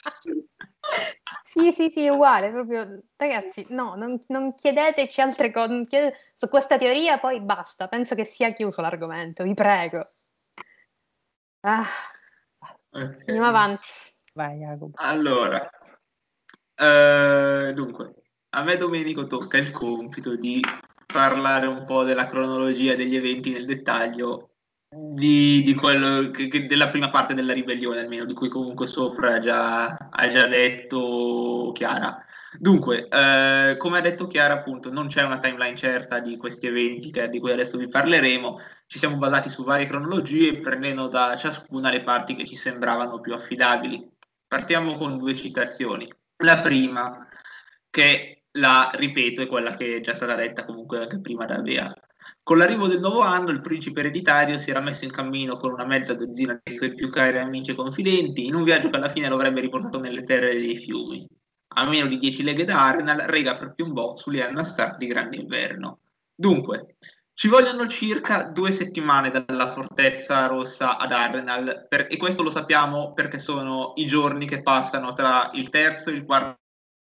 Sì, sì, sì, è uguale, proprio, ragazzi, no, non, non chiedeteci altre cose, chiedete... su questa teoria poi basta, penso che sia chiuso l'argomento, vi prego. Ah. Okay. Andiamo avanti. Vai, Jacopo. Allora, eh, dunque, a me Domenico tocca il compito di parlare un po' della cronologia degli eventi nel dettaglio di, di quello che, che della prima parte della ribellione, almeno di cui comunque sopra già, ha già detto Chiara. Dunque, eh, come ha detto Chiara, appunto, non c'è una timeline certa di questi eventi che, di cui adesso vi parleremo. Ci siamo basati su varie cronologie, prendendo da ciascuna le parti che ci sembravano più affidabili. Partiamo con due citazioni. La prima, che la ripeto, è quella che è già stata detta comunque anche prima da Bea. Con l'arrivo del nuovo anno, il principe ereditario si era messo in cammino con una mezza dozzina dei suoi più cari amici e confidenti, in un viaggio che alla fine lo avrebbe riportato nelle terre dei fiumi. A meno di dieci leghe da Arenal, rega per Piombò sulle Annastar di Grande Inverno. Dunque, ci vogliono circa due settimane dalla Fortezza Rossa ad Arenal, per, e questo lo sappiamo perché sono i giorni che passano tra il terzo e il quarto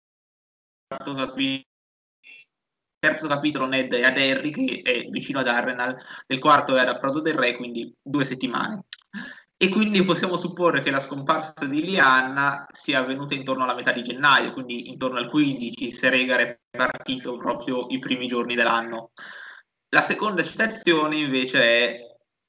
capitolo. Terzo capitolo Ned è ad Harry, che è vicino ad Arenal, il quarto è ad Approdo del Re, quindi due settimane. E quindi possiamo supporre che la scomparsa di Lyanna sia avvenuta intorno alla metà di gennaio, quindi intorno al quindici, se Rhaegar è partito proprio i primi giorni dell'anno. La seconda citazione invece è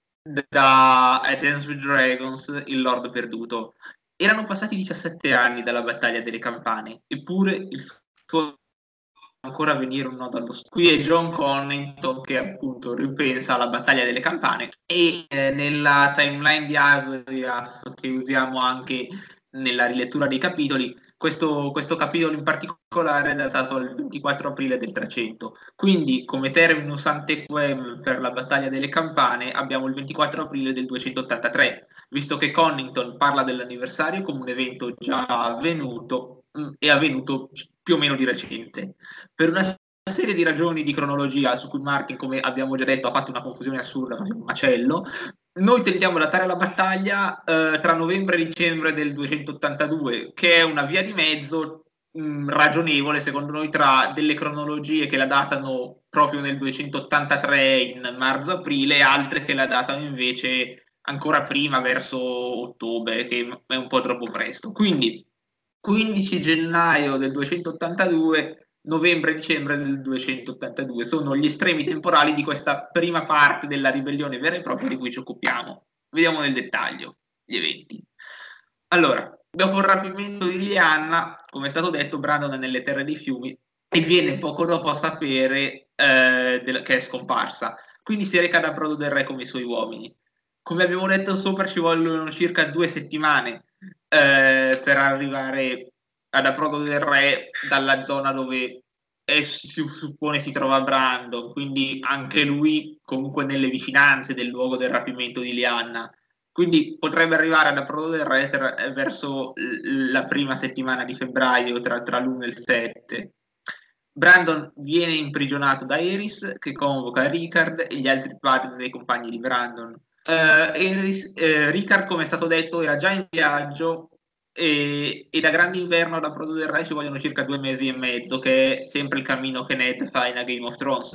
da A Dance with Dragons, il Lord Perduto. Erano passati diciassette anni dalla battaglia delle campane, eppure il suo ancora venire un nodo allo studio. Qui è John Connington che appunto ripensa alla battaglia delle campane e eh, nella timeline di Asriaf che usiamo anche nella rilettura dei capitoli, questo, questo capitolo in particolare è datato il ventiquattro aprile del trecento, quindi come terminus ante quem per la battaglia delle campane abbiamo il ventiquattro aprile del duecentottantatré, visto che Connington parla dell'anniversario come un evento già avvenuto mh, è avvenuto più o meno di recente. Per una serie di ragioni di cronologia su cui Martin, come abbiamo già detto, ha fatto una confusione assurda, un macello, noi tendiamo a datare la battaglia eh, tra novembre e dicembre del duecentottantadue, che è una via di mezzo mh, ragionevole secondo noi tra delle cronologie che la datano proprio nel duecentottantatré in marzo-aprile e altre che la datano invece ancora prima, verso ottobre, che è un po' troppo presto. Quindi quindici gennaio del duecentottantadue, novembre-dicembre del duecentottantadue sono gli estremi temporali di questa prima parte della ribellione vera e propria di cui ci occupiamo. Vediamo nel dettaglio gli eventi. Allora, dopo il rapimento di Lyanna, come è stato detto, Brandon è nelle terre dei fiumi e viene poco dopo a sapere eh, del, che è scomparsa. Quindi si reca da Approdo del Re come i suoi uomini. Come abbiamo detto sopra, ci vogliono circa due settimane eh, per arrivare ad Approdo del Re dalla zona dove è, si suppone si trova Brandon, quindi anche lui comunque nelle vicinanze del luogo del rapimento di Lyanna. Quindi potrebbe arrivare ad Approdo del Re tra, verso la prima settimana di febbraio, tra, tra l'uno e il sette. Brandon viene imprigionato da Eris, che convoca Rickard e gli altri padri dei compagni di Brandon. Uh, Eris, uh, Rickard, come è stato detto, era già in viaggio e, e da Grande Inverno ad Approdo del Re ci vogliono circa due mesi e mezzo, che è sempre il cammino che Ned fa in A Game of Thrones.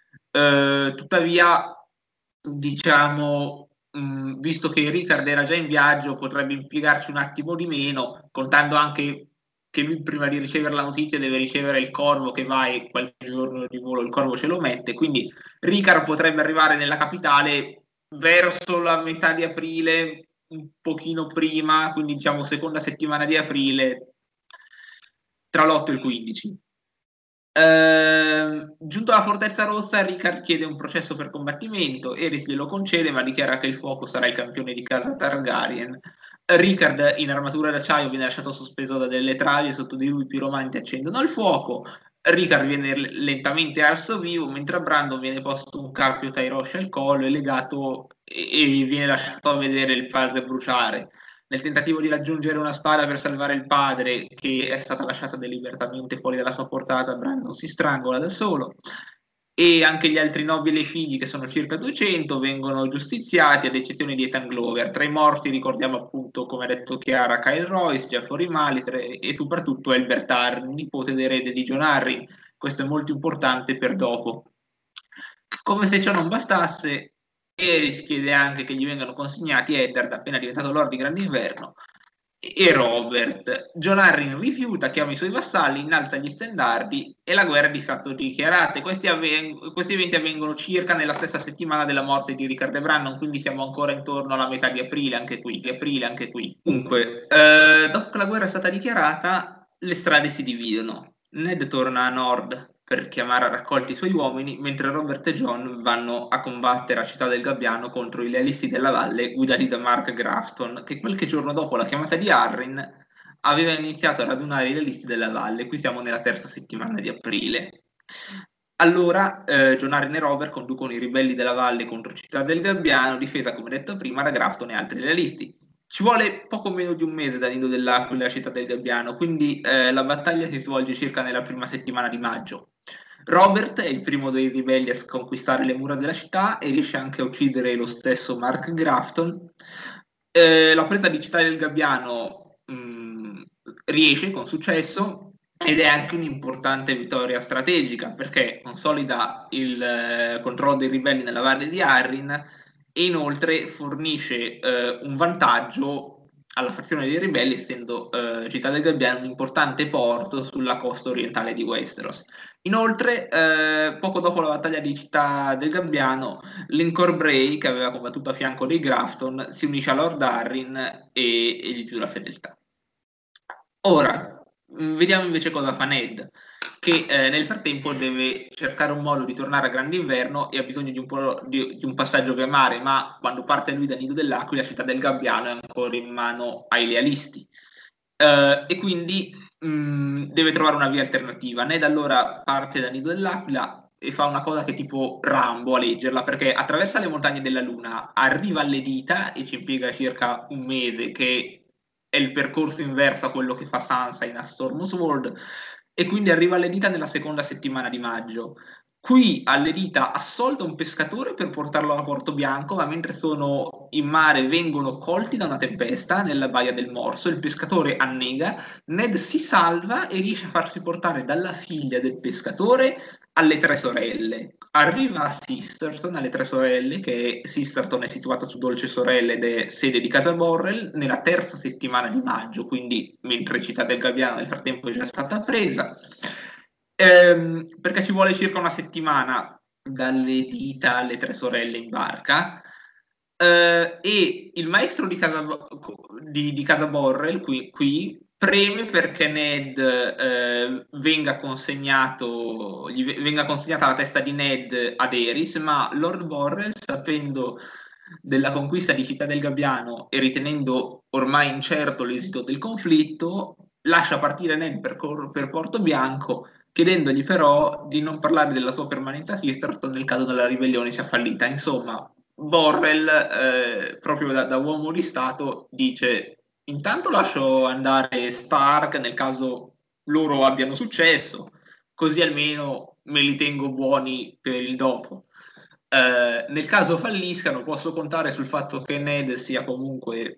Uh, tuttavia, diciamo, mh, visto che Rickard era già in viaggio, potrebbe impiegarci un attimo di meno, contando anche che lui prima di ricevere la notizia deve ricevere il corvo che va e qualche giorno di volo il corvo ce lo mette, quindi Rickard potrebbe arrivare nella capitale verso la metà di aprile, un pochino prima, quindi diciamo seconda settimana di aprile, tra l'otto e il quindici. Uh, giunto alla Fortezza Rossa, Rickard chiede un processo per combattimento, Eris glielo concede ma dichiara che il fuoco sarà il campione di casa Targaryen. Ricard in armatura d'acciaio viene lasciato sospeso da delle travi e sotto di lui i piromanti accendono il fuoco. Ricard viene lentamente arso vivo, mentre a Brandon viene posto un cappio Tyrosh al collo e legato e, e viene lasciato a vedere il padre bruciare. Nel tentativo di raggiungere una spada per salvare il padre, che è stata lasciata deliberatamente fuori dalla sua portata, Brandon si strangola da solo. E anche gli altri nobili e figli, che sono circa duecento, vengono giustiziati, ad eccezione di Ethan Glover. Tra i morti ricordiamo appunto, come ha detto Chiara, Kyle Royce, Jeffrey Malister e, e soprattutto Elbert Arryn, nipote d'erede di Jon Arryn. Questo è molto importante per dopo. Come se ciò non bastasse, Aerys chiede anche che gli vengano consegnati Eddard, appena diventato Lord di Grande Inverno, e Robert. Jon Arryn rifiuta, chiama i suoi vassalli, innalza gli stendardi e la guerra è di fatto dichiarata. Questi, avveng- questi eventi avvengono circa nella stessa settimana della morte di Rickard e Brannon, quindi siamo ancora intorno alla metà di aprile, anche qui, di aprile anche qui. Comunque, eh, dopo che la guerra è stata dichiarata, le strade si dividono. Ned torna a nord per chiamare a raccolti i suoi uomini, mentre Robert e Jon vanno a combattere a Città del Gabbiano contro i lealisti della valle guidati da Mark Grafton, che qualche giorno dopo la chiamata di Arryn aveva iniziato a radunare i lealisti della valle. Qui siamo nella terza settimana di aprile. Allora eh, Jon Arryn e Robert conducono i ribelli della valle contro Città del Gabbiano, difesa come detto prima da Grafton e altri lealisti. Ci vuole poco meno di un mese da Nido dell'Aquila a Città del Gabbiano, quindi eh, la battaglia si svolge circa nella prima settimana di maggio. Robert è il primo dei ribelli a sconquistare le mura della città e riesce anche a uccidere lo stesso Mark Grafton. Eh, la presa di Città del Gabbiano mh, riesce con successo ed è anche un'importante vittoria strategica perché consolida il eh, controllo dei ribelli nella valle di Arryn e inoltre fornisce eh, un vantaggio alla fazione dei ribelli, essendo eh, Città del Gabbiano un importante porto sulla costa orientale di Westeros. Inoltre, eh, poco dopo la battaglia di Città del Gabbiano, Lincor Bray, che aveva combattuto a fianco dei Grafton, si unisce a Lord Arryn e, e gli giura fedeltà. Ora, mh, vediamo invece cosa fa Ned, che eh, nel frattempo deve cercare un modo di tornare a Grande Inverno e ha bisogno di un, po' di, di un passaggio via mare, ma quando parte lui da Nido dell'Aquila, Città del Gabbiano è ancora in mano ai lealisti. Uh, e quindi mh, deve trovare una via alternativa. Ned allora parte da Nido dell'Aquila e fa una cosa che è tipo Rambo a leggerla, perché attraversa le montagne della Luna, arriva alle dita e ci impiega circa un mese, che è il percorso inverso a quello che fa Sansa in A Storm Sword, e quindi arriva alle dita nella seconda settimana di maggio. Qui alle dita assolda un pescatore per portarlo a Porto Bianco, ma mentre sono in mare vengono colti da una tempesta nella baia del Morso, il pescatore annega, Ned si salva e riesce a farsi portare dalla figlia del pescatore alle tre sorelle. Arriva a Sisterton, alle tre sorelle, che Sisterton è situata su Dolce Sorelle ed è sede di Casa Borrell, nella terza settimana di maggio, quindi mentre Città del Gabbiano nel frattempo è già stata presa. Ehm, perché ci vuole circa una settimana dalle dita alle tre sorelle in barca. Eh, e il maestro di Casa, di, di Casa Borrell qui, qui preme perché Ned eh, venga consegnato gli venga consegnata la testa di Ned ad Aerys, ma Lord Borrell, sapendo della conquista di Città del Gabbiano e ritenendo ormai incerto l'esito del conflitto, lascia partire Ned per, per Porto Bianco, chiedendogli però di non parlare della sua permanenza a Sisterton nel caso della ribellione sia fallita. Insomma, Borrell, eh, proprio da, da uomo di Stato, dice: intanto lascio andare Stark nel caso loro abbiano successo, così almeno me li tengo buoni per il dopo. Eh, nel caso falliscano, posso contare sul fatto che Ned sia comunque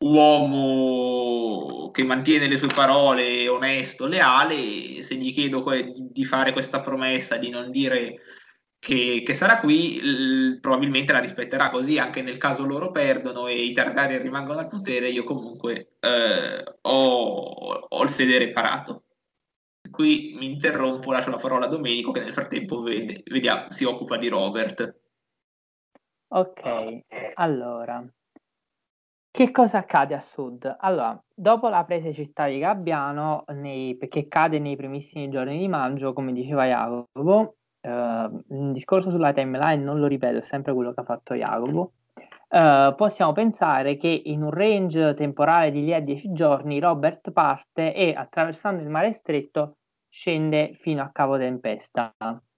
uomo che mantiene le sue parole, onesto, leale, e se gli chiedo que- di fare questa promessa, di non dire che, che sarà qui, l- probabilmente la rispetterà, così anche nel caso loro perdono e i Targaryen rimangono al potere, io comunque eh, ho, ho il sedere parato. Qui mi interrompo, lascio la parola a Domenico che nel frattempo vede, vediamo, si occupa di Robert. Ok, allora, che cosa accade a sud? Allora, dopo la presa di Città di Gabbiano, nei, perché cade nei primissimi giorni di maggio, come diceva Jacopo, eh, il discorso sulla timeline non lo ripeto, è sempre quello che ha fatto Jacopo. Uh, possiamo pensare che in un range temporale di lì a dieci giorni Robert parte e, attraversando il mare stretto, scende fino a Capo Tempesta.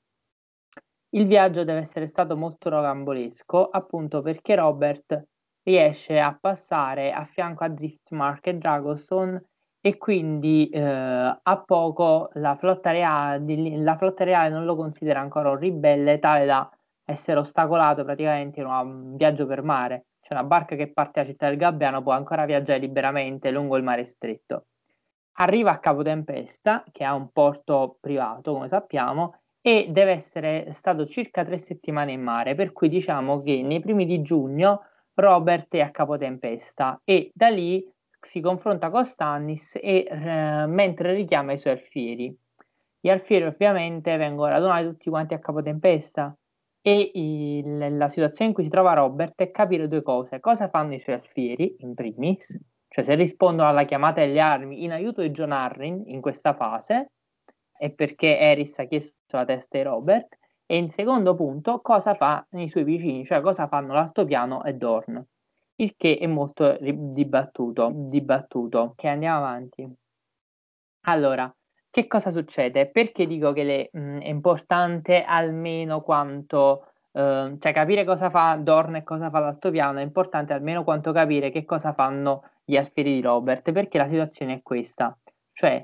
Il viaggio deve essere stato molto rocambolesco, appunto perché Robert riesce a passare a fianco a Driftmark e Dragonstone e quindi eh, a poco la flotta reale, la flotta reale non lo considera ancora un ribelle tale da essere ostacolato praticamente in un viaggio per mare. Cioè una barca che parte da Città del Gabbiano può ancora viaggiare liberamente lungo il mare stretto. Arriva a Capo Tempesta, che ha un porto privato, come sappiamo, e deve essere stato circa tre settimane in mare, per cui diciamo che nei primi di giugno Robert è a Capo Tempesta e da lì si confronta con Stannis e eh, mentre richiama i suoi alfieri. Gli alfieri ovviamente vengono radunati tutti quanti a Capo Tempesta e il, la situazione in cui si trova Robert è capire due cose: cosa fanno i suoi alfieri in primis, cioè se rispondono alla chiamata delle armi in aiuto di Jon Arryn in questa fase, e perché Eris ha chiesto la testa di Robert, e in secondo punto cosa fa i suoi vicini, cioè cosa fanno l'altopiano e Dorne, il che è molto dibattuto, dibattuto. Che andiamo avanti. Allora, che cosa succede? Perché dico che le, mh, è importante almeno quanto, eh, cioè capire cosa fa Dorne e cosa fa l'altopiano, è importante almeno quanto capire che cosa fanno gli alfieri di Robert, perché la situazione è questa, cioè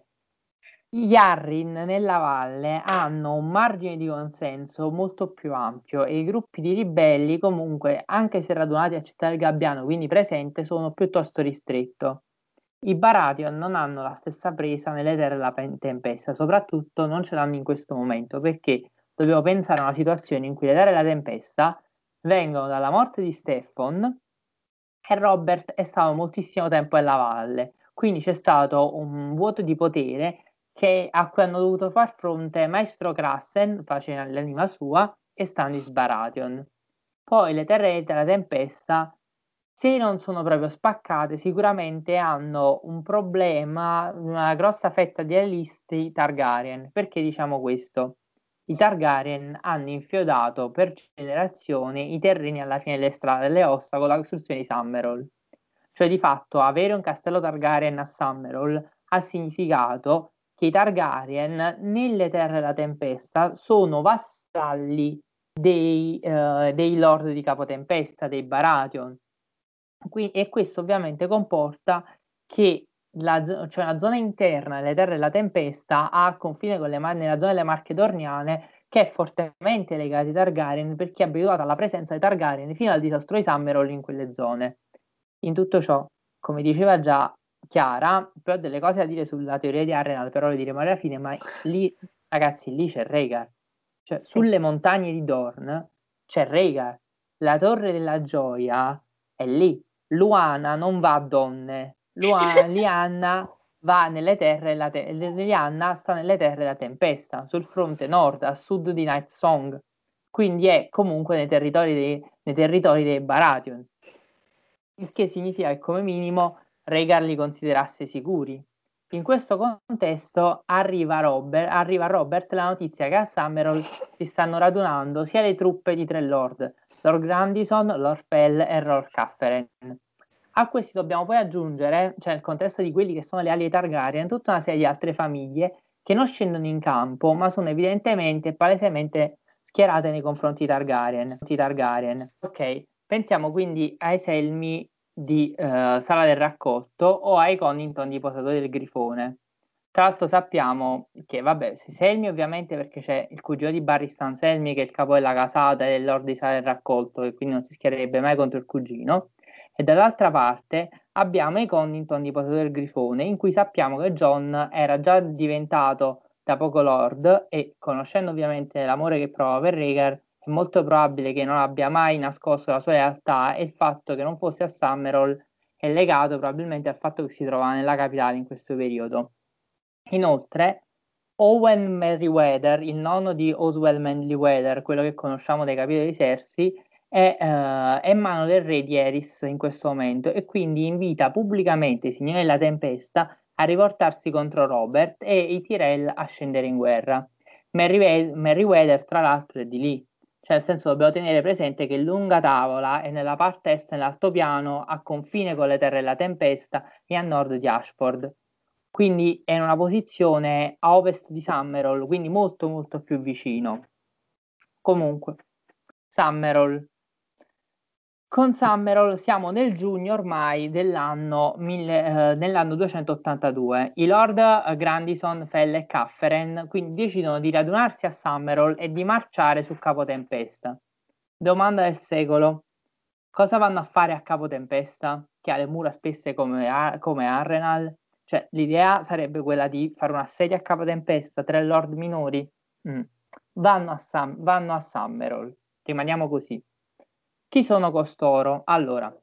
gli Arryn nella valle hanno un margine di consenso molto più ampio e i gruppi di ribelli comunque, anche se radunati a Città del Gabbiano, quindi presente, sono piuttosto ristretto. I Baratheon non hanno la stessa presa nelle terre della tempesta, soprattutto non ce l'hanno in questo momento, perché dobbiamo pensare a una situazione in cui le terre della tempesta vengono dalla morte di Steffon e Robert è stato moltissimo tempo nella valle, quindi c'è stato un vuoto di potere che, a cui hanno dovuto far fronte Maestro Krassen, pace all'anima sua, e Stannis Baratheon. Poi le terre della tempesta, se non sono proprio spaccate, sicuramente hanno un problema, una grossa fetta di alisti Targaryen. Perché diciamo questo? I Targaryen hanno infiodato per generazioni i terreni alla fine delle strade delle ossa con la costruzione di Summerhall. Cioè di fatto avere un castello Targaryen a Summerhall ha significato che i Targaryen nelle terre della tempesta sono vassalli dei, eh, dei lord di Capotempesta, dei Baratheon. Qui, e questo ovviamente comporta che la, cioè una zona interna delle terre della tempesta ha al confine con le nella zona delle Marche Dorniane, che è fortemente legata ai Targaryen, perché è abituata alla presenza dei Targaryen fino al disastro di Summerhall in quelle zone. In tutto ciò, come diceva già Chiara, però delle cose da dire sulla teoria di Harrenhal, però le diremo alla fine, ma lì, ragazzi, lì c'è Rhaegar. Cioè, sì. Sulle montagne di Dorne c'è Rhaegar. La Torre della Gioia è lì. Luana non va a Donne. Luana, Lianna va nelle terre, la te- Lianna sta nelle terre della tempesta, sul fronte nord, a sud di Night Song. Quindi è comunque nei territori dei, nei territori dei Baratheon. Il che significa che come minimo Rhaegar li considerasse sicuri. In questo contesto arriva, Robert, arriva a Robert la notizia che a Summerhall si stanno radunando sia le truppe di tre lord, Lord Grandison, Lord Pell e Lord Cafferen. A questi dobbiamo poi aggiungere, cioè nel contesto di quelli che sono le ali Targaryen, tutta una serie di altre famiglie che non scendono in campo, ma sono evidentemente e palesemente schierate nei confronti Targaryen. Targaryen. Ok, pensiamo quindi ai Selmi di uh, Sala del Raccolto o ai Connington di Posatori del Grifone. Tra l'altro sappiamo che, vabbè, Selmi ovviamente perché c'è il cugino di Barristan Selmi che è il capo della casata e Lord di Sala del Raccolto e quindi non si schiererebbe mai contro il cugino. E dall'altra parte abbiamo i Connington di Posatori del Grifone, in cui sappiamo che Jon era già diventato da poco Lord e, conoscendo ovviamente l'amore che prova per Rhaegar, è molto probabile che non abbia mai nascosto la sua lealtà, e il fatto che non fosse a Summerhall è legato probabilmente al fatto che si trovava nella capitale in questo periodo. Inoltre, Owen Merryweather, il nonno di Oswell Merryweather, quello che conosciamo dai capitoli di Cersei, è, uh, è mano del re di Eris in questo momento e quindi invita pubblicamente i signori della tempesta a rivoltarsi contro Robert e i Tyrell a scendere in guerra. Merryweather, Merryweather tra l'altro è di lì, Cioè, nel senso, dobbiamo tenere presente che Lunga Tavola è nella parte est, nell'altopiano, a confine con le Terre della Tempesta e a nord di Ashford. Quindi è in una posizione a ovest di Summerall, quindi molto molto più vicino. Comunque, Summerall. Con Summerall siamo nel giugno ormai dell'anno, mille, eh, nell'anno duecentottantadue. I Lord Grandison, Fell e Cafferen quindi decidono di radunarsi a Summerall e di marciare su Capo Tempesta. Domanda del secolo: cosa vanno a fare a Capo Tempesta, che ha le mura spesse come, Ar- come Arrenal? Cioè, l'idea sarebbe quella di fare un assedio a Capo Tempesta, tre Lord minori? Mm. Vanno a, Sam- vanno a Summerall. Rimaniamo così. Chi sono costoro? Allora,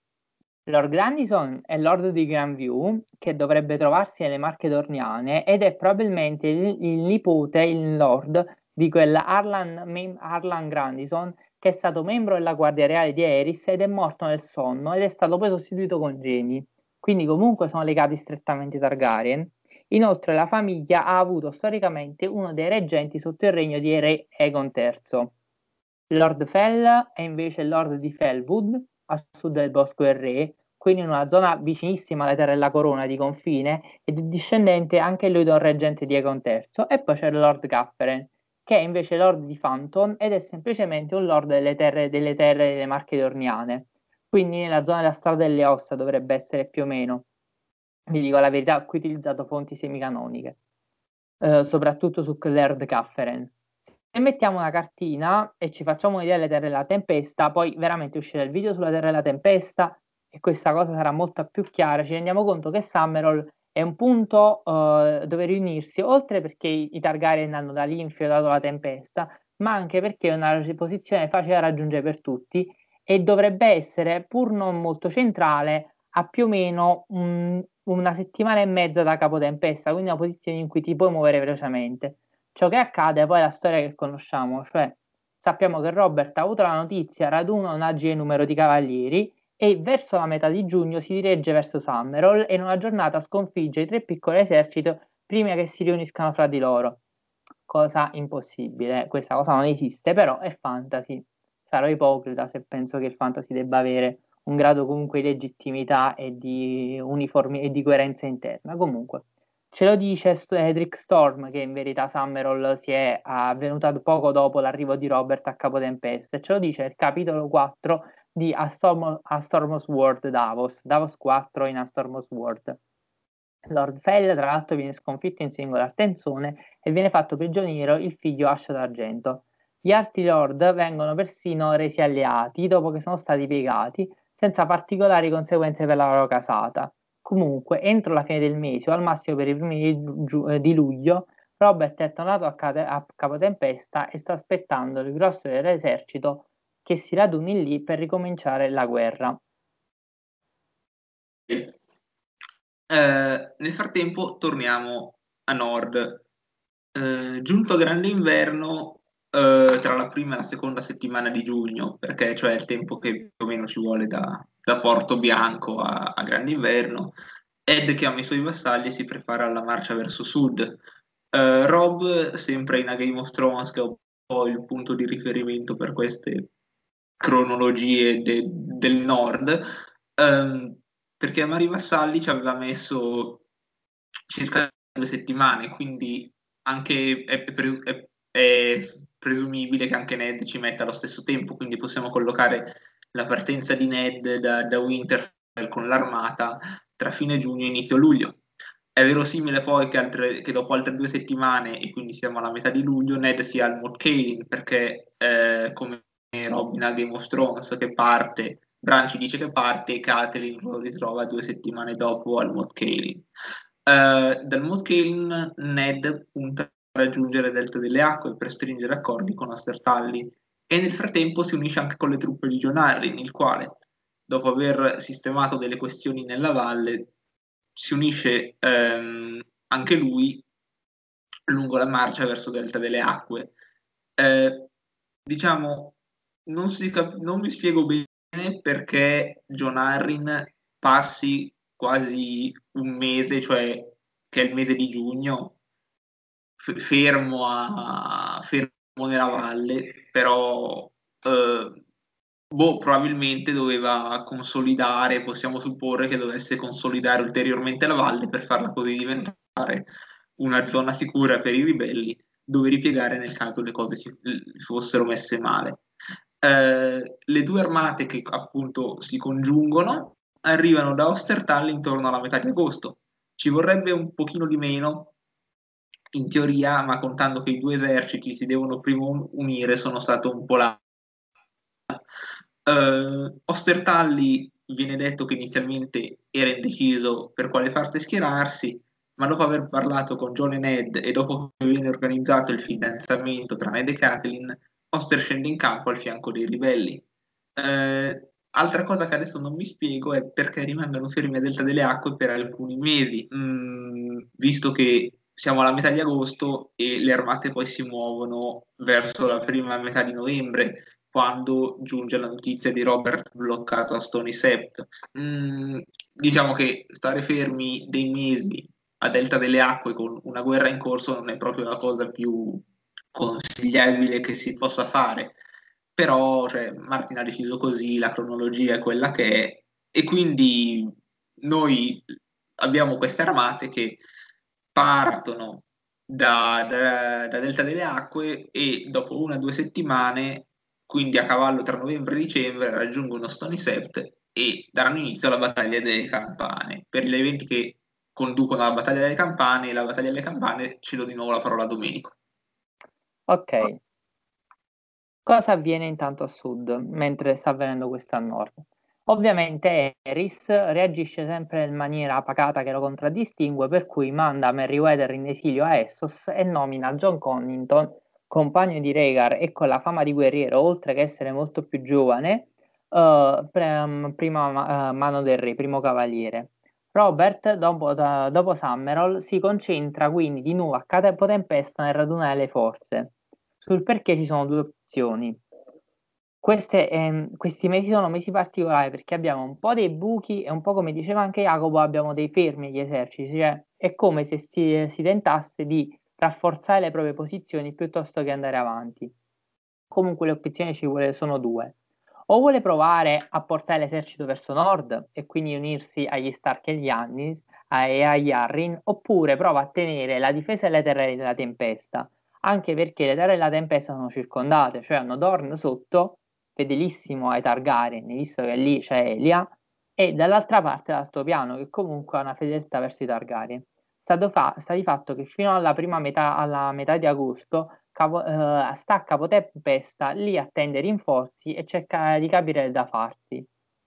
Lord Grandison è Lord di Grandview, che dovrebbe trovarsi nelle Marche Dorniane, ed è probabilmente il, il nipote, il Lord di quella Arlan, Mem- Arlan Grandison, che è stato membro della Guardia Reale di Aerys ed è morto nel sonno ed è stato poi sostituito con Jaime. Quindi comunque sono legati strettamente ai Targaryen. Inoltre la famiglia ha avuto storicamente uno dei reggenti sotto il regno di Re Aegon terzo. Lord Fell è invece Lord di Fellwood, a sud del Bosco del Re, quindi in una zona vicinissima alle Terre della Corona di confine, ed è discendente anche lui da un reggente di Aegon terzo. E poi c'è Lord Cafferen, che è invece Lord di Phantom ed è semplicemente un Lord delle terre delle, terre delle Marche Dorniane, quindi nella zona della Strada delle Ossa dovrebbe essere più o meno. Vi dico la verità, qui ho utilizzato fonti semicanoniche, eh, soprattutto su Lord Cafferen. Se mettiamo una cartina e ci facciamo un'idea delle Terre della Tempesta, poi veramente uscirà il video sulla Terra della Tempesta e questa cosa sarà molto più chiara. Ci rendiamo conto che Summerall è un punto uh, dove riunirsi, oltre perché i Targaryen hanno da lì infiodato la Tempesta, ma anche perché è una posizione facile da raggiungere per tutti e dovrebbe essere, pur non molto centrale, a più o meno un, una settimana e mezza da Capo Tempesta, quindi una posizione in cui ti puoi muovere velocemente. Ciò che accade poi è la storia che conosciamo, cioè sappiamo che Robert ha avuto la notizia, raduna un agile numero di cavalieri e verso la metà di giugno si dirige verso Summerall e in una giornata sconfigge i tre piccoli eserciti prima che si riuniscano fra di loro. Cosa impossibile, questa cosa non esiste, però è fantasy. Sarò ipocrita se penso che il fantasy debba avere un grado comunque di legittimità e di uniformi e di coerenza interna. Comunque, ce lo dice Edric Storm che in verità Summerall si è avvenuta poco dopo l'arrivo di Robert a Capo Tempesta, e ce lo dice il capitolo quattro di A, Storm, A Storm's World Davos, Davos quattro in A Storm's World. Lord Fell tra l'altro viene sconfitto in singola tenzone e viene fatto prigioniero il figlio Ascio d'Argento. Gli altri Lord vengono persino resi alleati dopo che sono stati piegati, senza particolari conseguenze per la loro casata. Comunque, entro la fine del mese o al massimo per i primi di, giu- di luglio, Robert è tornato a, Cate- a Capo Tempesta e sta aspettando il grosso dell'esercito che si raduni lì per ricominciare la guerra. Eh, nel frattempo torniamo a nord. Eh, giunto grande inverno, eh, tra la prima e la seconda settimana di giugno, perché cioè il tempo che più o meno ci vuole da, da Porto Bianco a, a grande inverno, Ed chiama i suoi vassalli e si prepara alla marcia verso sud. Eh, Rob, sempre in A Game of Thrones, che è un po' il punto di riferimento per queste cronologie de- del nord, ehm, per chiamare i vassalli ci aveva messo circa due settimane, quindi anche è, è presu- è- è presumibile che anche Ned ci metta allo stesso tempo, quindi possiamo collocare la partenza di Ned da, da Winterfell con l'armata tra fine giugno e inizio luglio. È verosimile poi che, altre- che dopo altre due settimane, e quindi siamo alla metà di luglio, Ned sia al Moat Cailin, perché eh, come Robin a Game of Thrones che parte, Bran ci dice che parte e Catelyn lo ritrova due settimane dopo al Moat Cailin. Uh, dal Moat Cailin Ned punta a raggiungere il Delta delle Acque per stringere accordi con Oster Tully e nel frattempo si unisce anche con le truppe di Jon Arryn, il quale, dopo aver sistemato delle questioni nella valle, si unisce ehm, anche lui lungo la marcia verso Delta delle Acque. Eh, diciamo, non, si cap- non mi spiego bene perché Jon Arryn passi quasi un mese, cioè che è il mese di giugno, f- fermo, a, fermo nella valle, però eh, boh, probabilmente doveva consolidare, possiamo supporre che dovesse consolidare ulteriormente la valle per farla così diventare una zona sicura per i ribelli dove ripiegare nel caso le cose si, fossero messe male. Eh, le due armate che appunto si congiungono arrivano da Ostertal intorno alla metà di agosto. Ci vorrebbe un pochino di meno, in teoria, ma contando che i due eserciti si devono prima unire, sono stato un po' là. Uh, Ostertalli viene detto che inizialmente era indeciso per quale parte schierarsi, ma dopo aver parlato con John e Ned e dopo che viene organizzato il fidanzamento tra Ned e Catelyn, Oster scende in campo al fianco dei ribelli. Uh, altra cosa che adesso non mi spiego è perché rimangano fermi a Delta delle Acque per alcuni mesi, mm, visto che siamo alla metà di agosto e le armate poi si muovono verso la prima metà di novembre, quando giunge la notizia di Robert bloccato a Stony Sept. Mm, diciamo che stare fermi dei mesi a Delta delle Acque con una guerra in corso non è proprio la cosa più consigliabile che si possa fare, però cioè, Martin ha deciso così, la cronologia è quella che è, e quindi noi abbiamo queste armate che partono da, da, da Delta delle Acque e dopo una o due settimane, quindi a cavallo tra novembre e dicembre, raggiungono Stony Sept e daranno inizio alla battaglia delle campane. Per gli eventi che conducono alla battaglia delle campane e la battaglia delle campane cedo di nuovo la parola a Domenico. Ok. Cosa avviene intanto a sud, mentre sta avvenendo questo a nord? Ovviamente Eris reagisce sempre in maniera pacata che lo contraddistingue, per cui manda Merryweather in esilio a Essos e nomina John Connington, compagno di Rhaegar e con la fama di guerriero, oltre che essere molto più giovane, uh, pre- prima uh, mano del re, primo cavaliere. Robert, dopo, da, dopo Summerall, si concentra quindi di nuovo a Capo Tempesta nel radunare le forze. Sul perché ci sono due opzioni. Queste, ehm, questi mesi sono mesi particolari perché abbiamo un po' dei buchi e un po', come diceva anche Jacopo, abbiamo dei fermi agli eserciti, cioè è come se si, si tentasse di rafforzare le proprie posizioni piuttosto che andare avanti. Comunque le opzioni ci vuole, sono due. O vuole provare a portare l'esercito verso nord e quindi unirsi agli Stark e agli Annis e agli Arryn, oppure prova a tenere la difesa delle terre della tempesta, anche perché le terre della tempesta sono circondate, cioè hanno Dorne sotto, fedelissimo ai Targaryen, visto che lì c'è Elia, e dall'altra parte l'altopiano, che comunque ha una fedeltà verso i Targaryen. Sta, fa, sta di fatto che fino alla prima metà, alla metà di agosto capo, eh, sta a Capo Tempesta lì attende rinforzi e cerca di capire da farsi.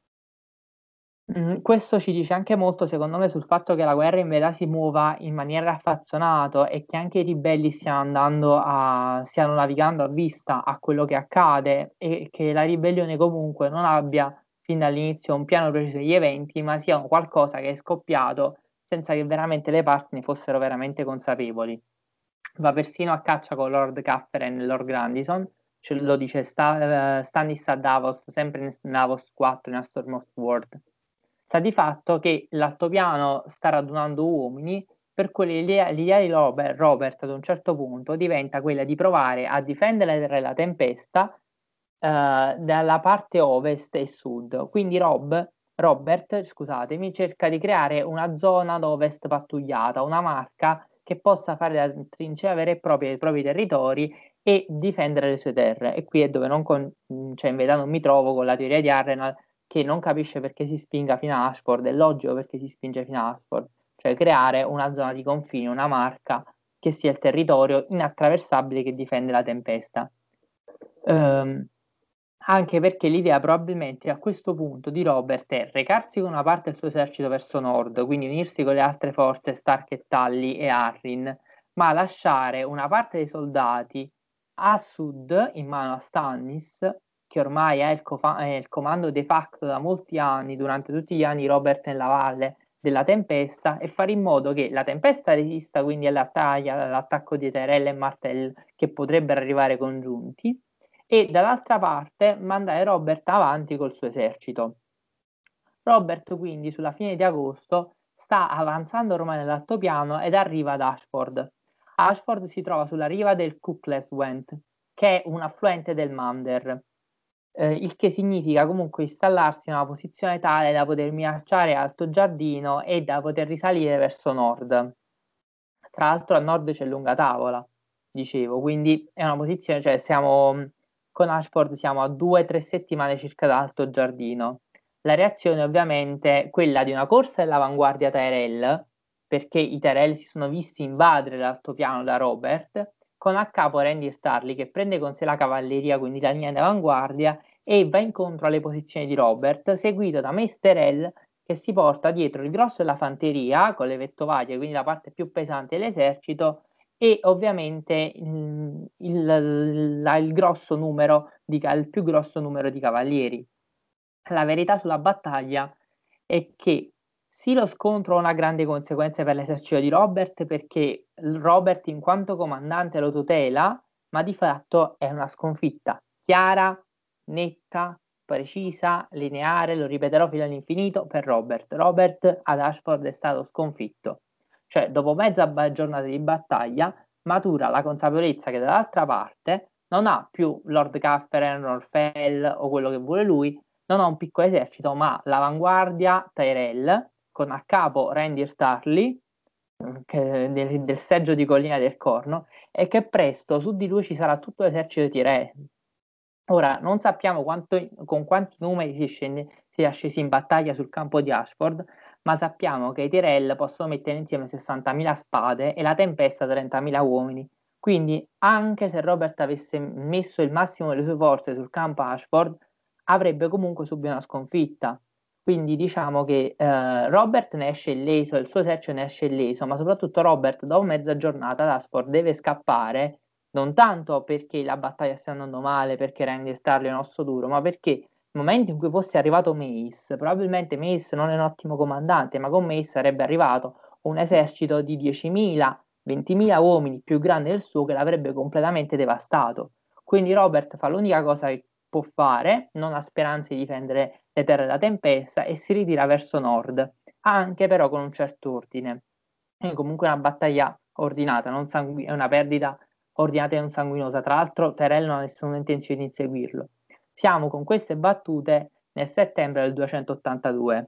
Mm, questo ci dice anche molto, secondo me, sul fatto che la guerra in verità si muova in maniera raffazzonata e che anche i ribelli stiano andando a, stiano navigando a vista a quello che accade e che la ribellione comunque non abbia fin dall'inizio un piano preciso degli eventi, ma sia un qualcosa che è scoppiato senza che veramente le parti ne fossero veramente consapevoli. Va persino a caccia con Lord Cafferen e Lord Grandison, ce lo dice Sta, uh, Stannis a Davos, sempre in Davos quattro in A Storm of Sword. Sta di fatto che l'altopiano sta radunando uomini, per cui l'idea, l'idea di Robert, Robert ad un certo punto diventa quella di provare a difendere la tempesta uh, dalla parte ovest e sud. Quindi Rob, Robert, scusatemi, cerca di creare una zona d'ovest pattugliata, una marca che possa fare la trincea vera e propria dei propri territori e difendere le sue terre. E qui è dove non, con, cioè in verità non mi trovo con la teoria di Harrenhal, che non capisce perché si spinga fino a Ashford, è logico perché si spinge fino a Ashford, cioè creare una zona di confine, una marca che sia il territorio inattraversabile che difende la tempesta. Um, anche perché l'idea probabilmente a questo punto di Robert è recarsi con una parte del suo esercito verso nord, quindi unirsi con le altre forze Stark e Tully e Arryn, ma lasciare una parte dei soldati a sud in mano a Stannis, che ormai è il, cofa- è il comando de facto da molti anni, durante tutti gli anni Robert nella valle della tempesta, e fare in modo che la tempesta resista quindi all'attacco di Tyrell e Martell che potrebbero arrivare congiunti, e dall'altra parte mandare Robert avanti col suo esercito. Robert quindi sulla fine di agosto sta avanzando ormai nell'altopiano ed arriva ad Ashford. Ashford si trova sulla riva del Kukleswent, che è un affluente del Mander, eh, il che significa comunque installarsi in una posizione tale da poter minacciare Alto Giardino e da poter risalire verso nord. Tra l'altro a nord c'è Lunga Tavola, dicevo, quindi è una posizione, cioè siamo con Ashford siamo a due o tre settimane circa da Alto Giardino. La reazione ovviamente è quella di una corsa dell'avanguardia Tyrell, perché i Tyrell si sono visti invadere l'altopiano da Robert, con a capo Randy Starley che prende con sé la cavalleria, quindi la linea d'avanguardia, e va incontro alle posizioni di Robert, seguito da Mace Tyrell che si porta dietro il grosso della fanteria con le vettovaglie, quindi la parte più pesante dell'esercito, e ovviamente il, il, la, il, grosso numero di, il più grosso numero di cavalieri. La verità sulla battaglia è che sì, lo scontro ha una grande conseguenza per l'esercito di Robert, perché Robert in quanto comandante lo tutela, ma di fatto è una sconfitta chiara, netta, precisa, lineare, lo ripeterò fino all'infinito, per Robert. Robert ad Ashford è stato sconfitto. Cioè, dopo mezza giornata di battaglia, matura la consapevolezza che dall'altra parte non ha più Lord Cafferen, Orfel o quello che vuole lui, non ha un piccolo esercito, ma l'avanguardia Tyrell, con a capo Randy Starley, che, del, del seggio di Collina del Corno, e che presto su di lui ci sarà tutto l'esercito di Tyrell. Ora, non sappiamo quanto, con quanti numeri si, scende, si è scesi in battaglia sul campo di Ashford, ma sappiamo che i Tyrell possono mettere insieme sessantamila spade e la Tempesta trentamila uomini. Quindi, anche se Robert avesse messo il massimo delle sue forze sul campo Ashford, avrebbe comunque subito una sconfitta. Quindi diciamo che eh, Robert ne esce illeso, il suo esercito ne esce illeso, ma soprattutto Robert, dopo mezza giornata da Ashford, deve scappare, non tanto perché la battaglia sta andando male, perché Randy Starley è un osso duro, ma perché nel momento in cui fosse arrivato Mace, probabilmente Mace non è un ottimo comandante, ma con Mace sarebbe arrivato un esercito di diecimila, ventimila uomini più grande del suo che l'avrebbe completamente devastato. Quindi Robert fa l'unica cosa che può fare, non ha speranze di difendere le terre della Tempesta e si ritira verso nord, anche però con un certo ordine. È comunque una battaglia ordinata, non sangu- è una perdita ordinata e non sanguinosa. Tra l'altro Tyrell non ha nessuna intenzione di inseguirlo. Siamo con queste battute nel settembre del duecentottantadue.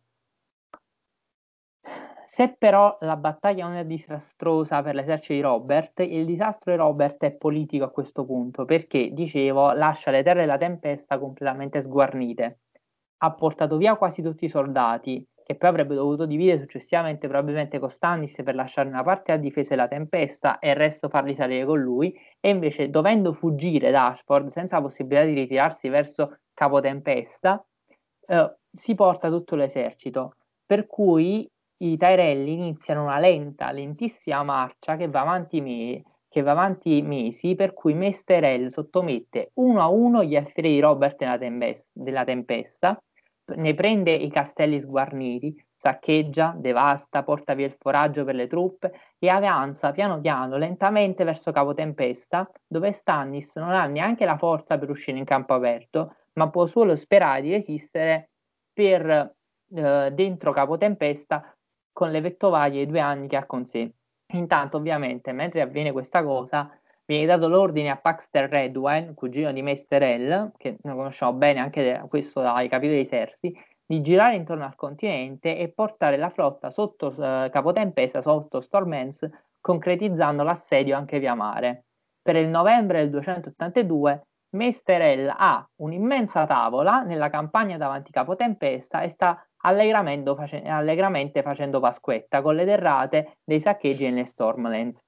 Se però la battaglia non è disastrosa per l'esercito di Robert, il disastro di Robert è politico a questo punto, perché, dicevo, lascia le terre della Tempesta completamente sguarnite. Ha portato via quasi tutti i soldati, che poi avrebbe dovuto dividere successivamente probabilmente con Stannis per lasciare una parte a difesa della Tempesta e il resto farli salire con lui, e invece dovendo fuggire da Ashford senza la possibilità di ritirarsi verso Capo Tempesta, eh, si porta tutto l'esercito, per cui i Tyrell iniziano una lenta, lentissima marcia che va avanti, me- che va avanti mesi, per cui Mace Tyrell sottomette uno a uno gli alfieri di Robert della, tempest- della Tempesta, ne prende i castelli sguarniti, saccheggia, devasta, porta via il foraggio per le truppe e avanza piano piano, lentamente verso Capo Tempesta, dove Stannis non ha neanche la forza per uscire in campo aperto, ma può solo sperare di resistere per eh, dentro Capo Tempesta con le vettovaglie e i due anni che ha con sé. Intanto, ovviamente, mentre avviene questa cosa, viene dato l'ordine a Paxter Redwine, cugino di Mace Tyrell, che noi conosciamo bene anche questo dai capitoli di Cersei, di girare intorno al continente e portare la flotta sotto eh, Capo Tempesta, sotto Stormens, concretizzando l'assedio anche via mare. Per il novembre del duecentottantadue Mace Tyrell ha un'immensa tavola nella campagna davanti Capo Tempesta e sta allegramente, face- allegramente facendo pasquetta con le derrate dei saccheggi nelle Stormlands.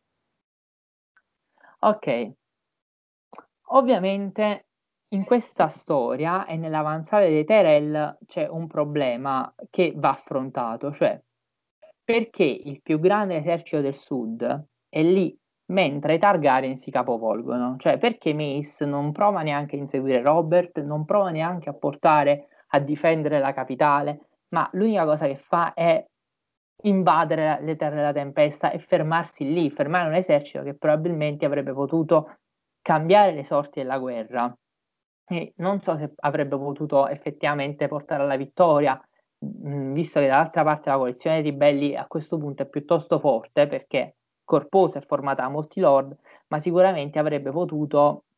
Ok, ovviamente in questa storia e nell'avanzare dei Tyrell c'è un problema che va affrontato, cioè perché il più grande esercito del sud è lì mentre i Targaryen si capovolgono, cioè perché Mace non prova neanche a inseguire Robert, non prova neanche a portare a difendere la capitale, ma l'unica cosa che fa è invadere le terre della Tempesta e fermarsi lì, fermare un esercito che probabilmente avrebbe potuto cambiare le sorti della guerra. E non so se avrebbe potuto effettivamente portare alla vittoria, mh, visto che dall'altra parte la coalizione dei ribelli a questo punto è piuttosto forte perché corposa e formata da molti lord, ma sicuramente avrebbe potuto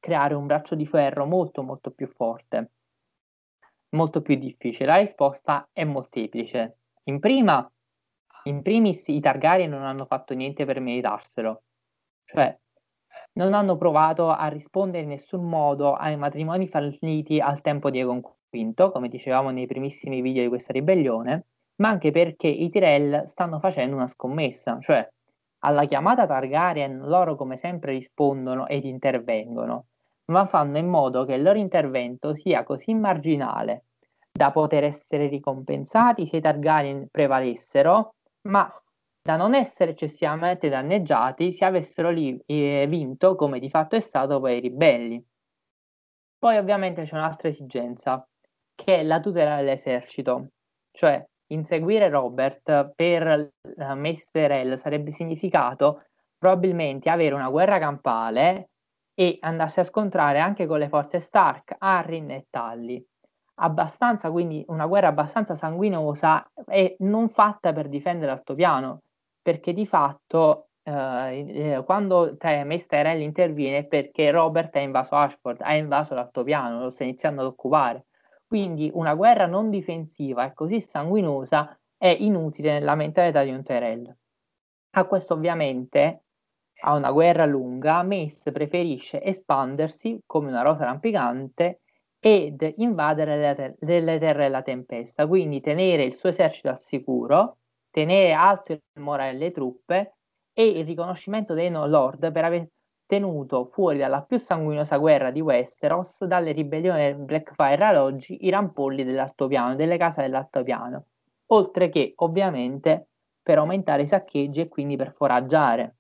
creare un braccio di ferro molto molto più forte, molto più difficile? La risposta è molteplice. In prima, in primis i Targaryen non hanno fatto niente per meritarselo, cioè non hanno provato a rispondere in nessun modo ai matrimoni falliti al tempo di Aegon V, come dicevamo nei primissimi video di questa ribellione, ma anche perché i Tyrell stanno facendo una scommessa, cioè alla chiamata Targaryen loro come sempre rispondono ed intervengono, ma fanno in modo che il loro intervento sia così marginale da poter essere ricompensati se i Targaryen prevalessero, ma da non essere eccessivamente danneggiati se avessero lì, eh, vinto, come di fatto è stato poi i ribelli. Poi ovviamente c'è un'altra esigenza, che è la tutela dell'esercito, cioè inseguire Robert per uh, Mesterel sarebbe significato probabilmente avere una guerra campale e andarsi a scontrare anche con le forze Stark, Arryn e Tully. Abbastanza, quindi una guerra abbastanza sanguinosa e non fatta per difendere l'altopiano, perché di fatto eh, eh, quando Mesterel interviene è perché Robert ha invaso Ashford, ha invaso l'altopiano, lo sta iniziando ad occupare. Quindi una guerra non difensiva e così sanguinosa è inutile nella mentalità di un Tyrell. A questo ovviamente, a una guerra lunga, Mace preferisce espandersi come una rosa rampicante ed invadere le, ter- le terre della tempesta, quindi tenere il suo esercito al sicuro, tenere alto il morale delle truppe e il riconoscimento dei No Lord per aver tenuto fuori dalla più sanguinosa guerra di Westeros, dalle ribellioni del Blackfyre a oggi, i rampolli dell'altopiano, delle case dell'altopiano, oltre che ovviamente per aumentare i saccheggi e quindi per foraggiare.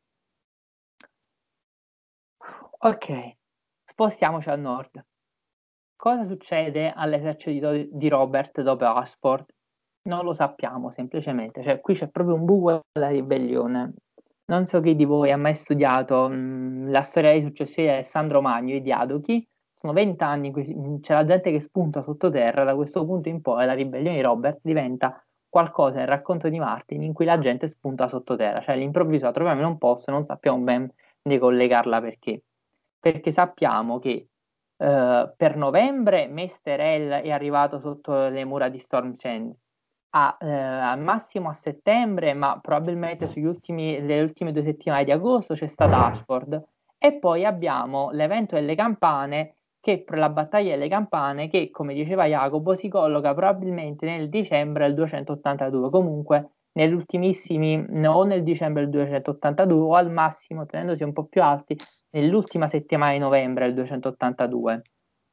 Ok, spostiamoci al nord. Cosa succede all'esercito di Robert dopo Ashford? Non lo sappiamo semplicemente, cioè qui c'è proprio un buco della ribellione. Non so chi di voi ha mai studiato mh, la storia dei successivi di Alessandro Magno, i Diadochi. Sono vent'anni in cui c'è la gente che spunta sottoterra. Da questo punto in poi la ribellione di Robert diventa qualcosa nel racconto di Martin in cui la gente spunta sottoterra, cioè all'improvviso la troviamo in un posto e non sappiamo ben di collegarla perché. Perché sappiamo che Uh, per novembre Mesterel è arrivato sotto le mura di Storm's End, a, uh, al massimo a settembre, ma probabilmente sugli ultimi, le ultime due settimane di agosto c'è stata Ashford, e poi abbiamo l'evento delle campane, che per la battaglia delle campane, che come diceva Jacopo si colloca probabilmente nel dicembre del duecentottantadue, comunque negli ultimissimi, o nel dicembre del duecentottantadue o al massimo, tenendosi un po' più alti, nell'ultima settimana di novembre del duecentottantadue.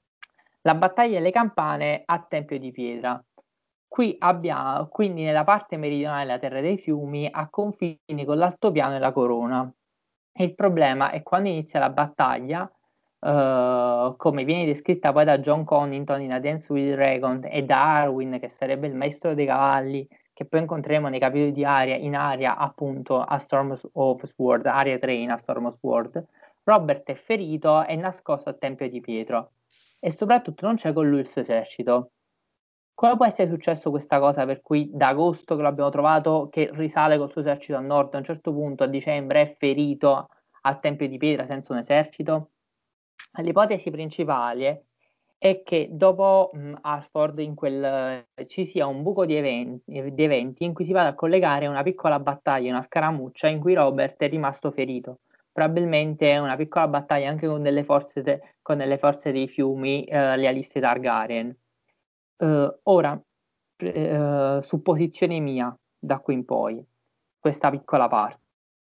La battaglia delle campane a Tempio di Pietra. Qui abbiamo, quindi nella parte meridionale della Terra dei Fiumi, a confini con l'Altopiano e la Corona. E il problema è quando inizia la battaglia, Uh, come viene descritta poi da John Connington in A Dance with Dragon e da Arwen, che sarebbe il maestro dei cavalli, che poi incontreremo nei capitoli di Aria, in Aria appunto a Storm of Sword, Aria tre in A Storm of Sword. Robert è ferito e nascosto al Tempio di Pietro e soprattutto non c'è con lui il suo esercito. Come può essere successo questa cosa per cui da agosto che l'abbiamo trovato che risale col suo esercito a nord, a un certo punto a dicembre è ferito al Tempio di Pietra senza un esercito? L'ipotesi principale è che dopo mh, Ashford in quel, eh, ci sia un buco di eventi, di eventi in cui si vada a collegare una piccola battaglia, una scaramuccia in cui Robert è rimasto ferito. Probabilmente una piccola battaglia anche con delle forze, de, con delle forze dei fiumi eh, lealisti Targaryen. Uh, ora, uh, supposizione mia da qui in poi, questa piccola parte.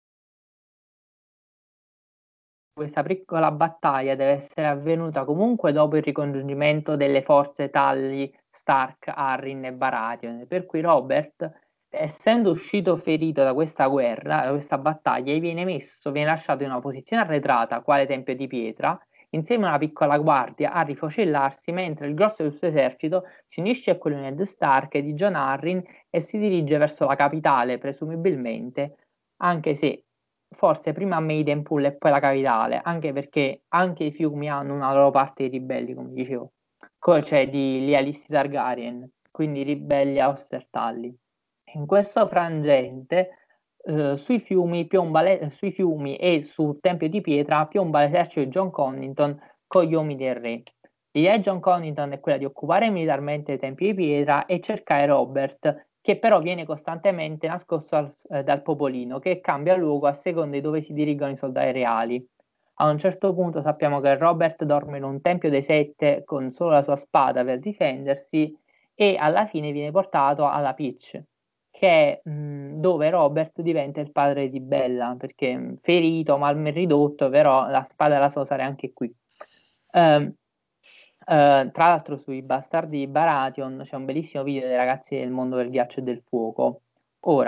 Questa piccola battaglia deve essere avvenuta comunque dopo il ricongiungimento delle forze Tully, Stark, Arryn e Baratheon, per cui Robert, essendo uscito ferito da questa guerra, da questa battaglia, viene messo, viene lasciato in una posizione arretrata, quale Tempio di Pietra, insieme a una piccola guardia a rifucillarsi, mentre il grosso del suo esercito si unisce a quello di Ned Stark e di Jon Arryn e si dirige verso la capitale, presumibilmente, anche se forse prima Maidenpool e poi la capitale, anche perché anche i fiumi hanno una loro parte di ribelli, come dicevo, cioè di lealisti Targaryen, quindi ribelli a Ostertalli. In questo frangente, eh, sui, fiumi piomba le, sui fiumi e sul Tempio di Pietra piomba l'esercito di John Connington con gli uomini del re. L'idea di John Connington è quella di occupare militarmente il Tempio di Pietra e cercare Robert, che però viene costantemente nascosto al, eh, dal popolino, che cambia luogo a seconda di dove si dirigono i soldati reali. A un certo punto sappiamo che Robert dorme in un tempio dei sette con solo la sua spada per difendersi e alla fine viene portato alla Pitch, che è mh, dove Robert diventa il padre di Bella, perché mh, ferito, mal ridotto, però la spada la sa usare anche qui. Um, Uh, tra l'altro sui bastardi di Baratheon c'è un bellissimo video dei ragazzi del mondo del ghiaccio e del fuoco. Ora,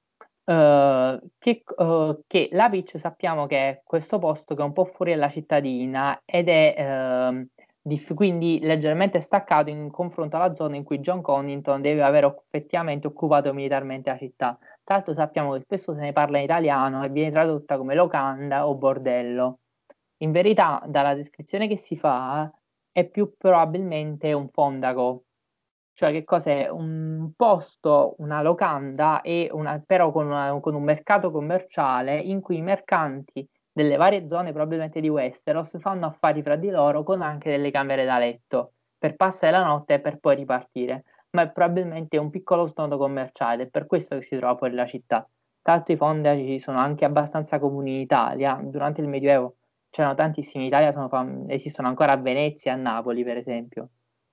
uh, che, uh, che la Pitch sappiamo che è questo posto che è un po' fuori dalla cittadina ed è uh, diff- quindi leggermente staccato in confronto alla zona in cui John Connington deve aver effettivamente occupato militarmente la città. Tra l'altro sappiamo che spesso se ne parla in italiano e viene tradotta come locanda o bordello. In verità, dalla descrizione che si fa, è più probabilmente un fondaco, cioè che cos'è? Un posto, una locanda, e una, però con, una, con un mercato commerciale in cui i mercanti delle varie zone, probabilmente di Westeros, fanno affari fra di loro con anche delle camere da letto per passare la notte e per poi ripartire, ma è probabilmente un piccolo snodo commerciale, è per questo che si trova fuori la città. Tra l'altro i fondaci sono anche abbastanza comuni in Italia, durante il Medioevo c'erano tantissimi in Italia, sono fam- esistono ancora a Venezia e a Napoli, per esempio.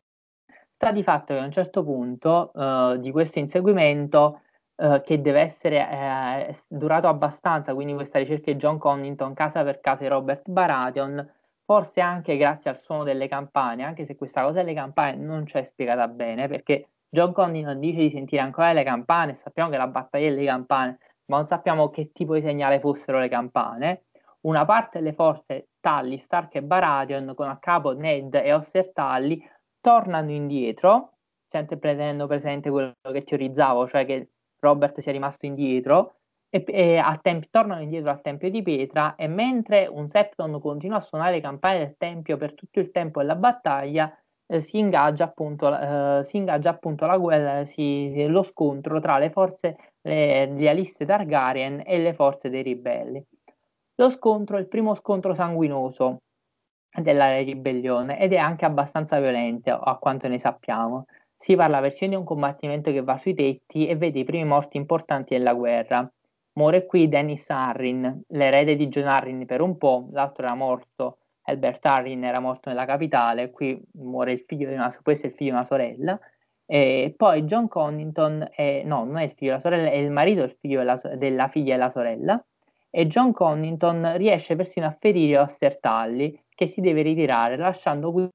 Sta di fatto che a un certo punto uh, di questo inseguimento, uh, che deve essere eh, durato abbastanza, quindi questa ricerca di John Connington casa per casa di Robert Baratheon, forse anche grazie al suono delle campane, anche se questa cosa delle campane non c'è spiegata bene, perché John Connington dice di sentire ancora le campane, sappiamo che la battaglia delle campane, ma non sappiamo che tipo di segnale fossero le campane. Una parte delle forze Tully, Stark e Baratheon, con a capo Ned e Oster Tully, tornano indietro, sempre prendendo presente quello che teorizzavo, cioè che Robert sia rimasto indietro, e, e a temp- tornano indietro al Tempio di Pietra, e mentre un Septon continua a suonare le campane del Tempio per tutto il tempo della battaglia, eh, si ingaggia appunto, eh, si ingaggia appunto la guerra, si, lo scontro tra le forze le, lealiste Targaryen e le forze dei ribelli. Lo scontro è il primo scontro sanguinoso della ribellione ed è anche abbastanza violento a quanto ne sappiamo. Si parla versione di un combattimento che va sui tetti e vede i primi morti importanti della guerra. Muore qui Dennis Arryn, l'erede di Jon Arryn per un po', l'altro era morto, Albert Arryn era morto nella capitale, qui muore il figlio di una, questo è il figlio di una sorella, e poi John Connington, è, no, non è il figlio della sorella, è il marito del figlio della, della figlia della sorella, e John Connington riesce persino a ferire Oster Tully, che si deve ritirare, lasciando qui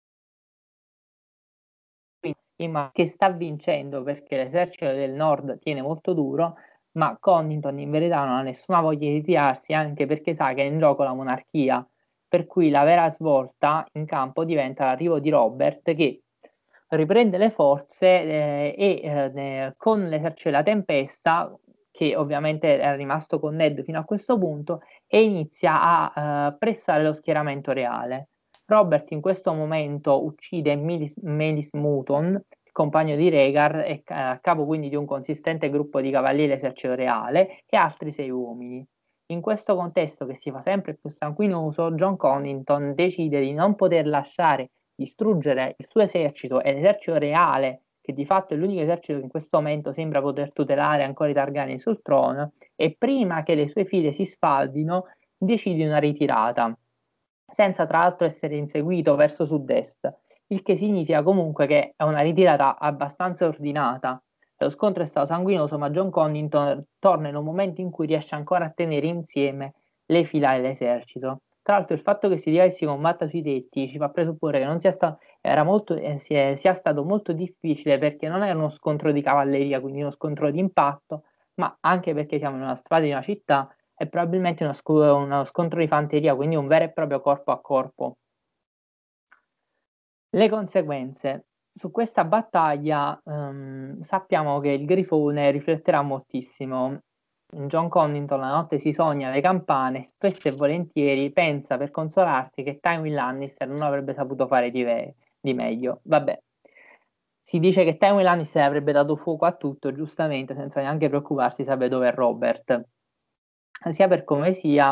che sta vincendo perché l'esercito del nord tiene molto duro, ma Connington in verità non ha nessuna voglia di ritirarsi, anche perché sa che è in gioco la monarchia, per cui la vera svolta in campo diventa l'arrivo di Robert, che riprende le forze eh, e eh, con l'esercito della tempesta, che ovviamente era rimasto con Ned fino a questo punto, e inizia a eh, pressare lo schieramento reale. Robert in questo momento uccide Melis, Melis Mouton, il compagno di Rhaegar, e a capo quindi di un consistente gruppo di cavalieri dell'esercito reale e altri sei uomini. In questo contesto che si fa sempre più sanguinoso, John Connington decide di non poter lasciare distruggere il suo esercito e l'esercito reale, che di fatto è l'unico esercito che in questo momento sembra poter tutelare ancora i Targaryen sul trono, e prima che le sue file si sfaldino decide una ritirata, senza tra l'altro essere inseguito verso sud-est, il che significa comunque che è una ritirata abbastanza ordinata. Lo scontro è stato sanguinoso, ma John Connington torna in un momento in cui riesce ancora a tenere insieme le fila dell'esercito. Tra l'altro il fatto che si dica che si combatta sui tetti ci fa presupporre che non sia, sta- era molto, eh, sia, sia stato molto difficile, perché non era uno scontro di cavalleria, quindi uno scontro di impatto, ma anche perché siamo in una strada di una città, è probabilmente uno, sc- uno scontro di fanteria, quindi un vero e proprio corpo a corpo. Le conseguenze. Su questa battaglia um, sappiamo che il Grifone rifletterà moltissimo. John Connington la notte si sogna le campane, spesso e volentieri pensa per consolarsi che Tywin Lannister non avrebbe saputo fare di, ve- di meglio. Vabbè, si dice che Tywin Lannister avrebbe dato fuoco a tutto, giustamente, senza neanche preoccuparsi, sapere dove è Robert. Sia per come sia,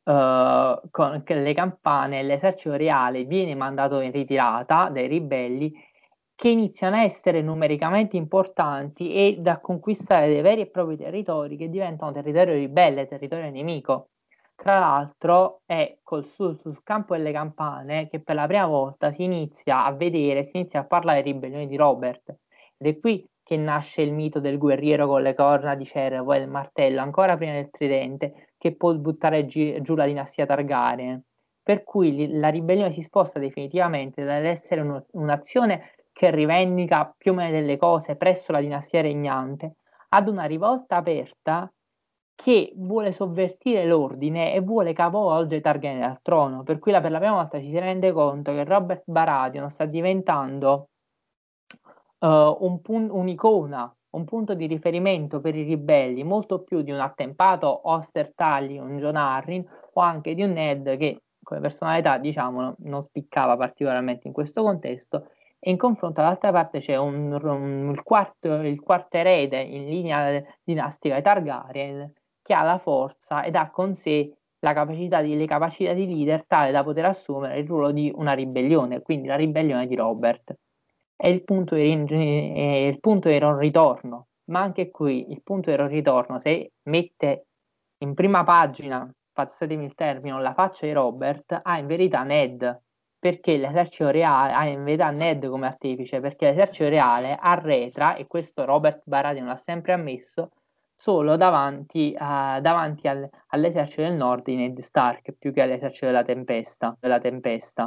uh, con le campane l'esercito reale viene mandato in ritirata dai ribelli, che iniziano a essere numericamente importanti e da conquistare dei veri e propri territori che diventano territorio ribelle, territorio nemico. Tra l'altro è col sul, sul campo delle campane che per la prima volta si inizia a vedere, si inizia a parlare di ribellione di Robert, ed è qui che nasce il mito del guerriero con le corna di cervo e il martello, ancora prima del tridente, che può buttare gi- giù la dinastia Targaryen. Per cui la ribellione si sposta definitivamente dall'essere uno, un'azione che rivendica più o meno delle cose presso la dinastia regnante ad una rivolta aperta che vuole sovvertire l'ordine e vuole capovolgere Targaryen dal trono, per cui la, per la prima volta ci si rende conto che Robert Baratheon sta diventando uh, un pun- un'icona, un punto di riferimento per i ribelli, molto più di un attempato Oster Tully, un Jon Arryn, o anche di un Ned che come personalità, diciamo, non spiccava particolarmente in questo contesto. E in confronto dall'altra parte c'è un, un, il, quarto, il quarto erede in linea dinastica di Targaryen, che ha la forza ed ha con sé la capacità di, le capacità di leader tale da poter assumere il ruolo di una ribellione, quindi la ribellione di Robert. E il punto, era, eh, il punto era un ritorno, ma anche qui il punto era un ritorno. Se mette in prima pagina, passatemi il termine, la faccia di Robert, ha in verità Ned, perché l'esercito reale ha in verità Ned come artefice, perché l'esercito reale arretra, e questo Robert Baratheon l'ha sempre ammesso, solo davanti, uh, davanti al, all'esercito del nord di Ned Stark, più che all'esercito della tempesta. Della tempesta.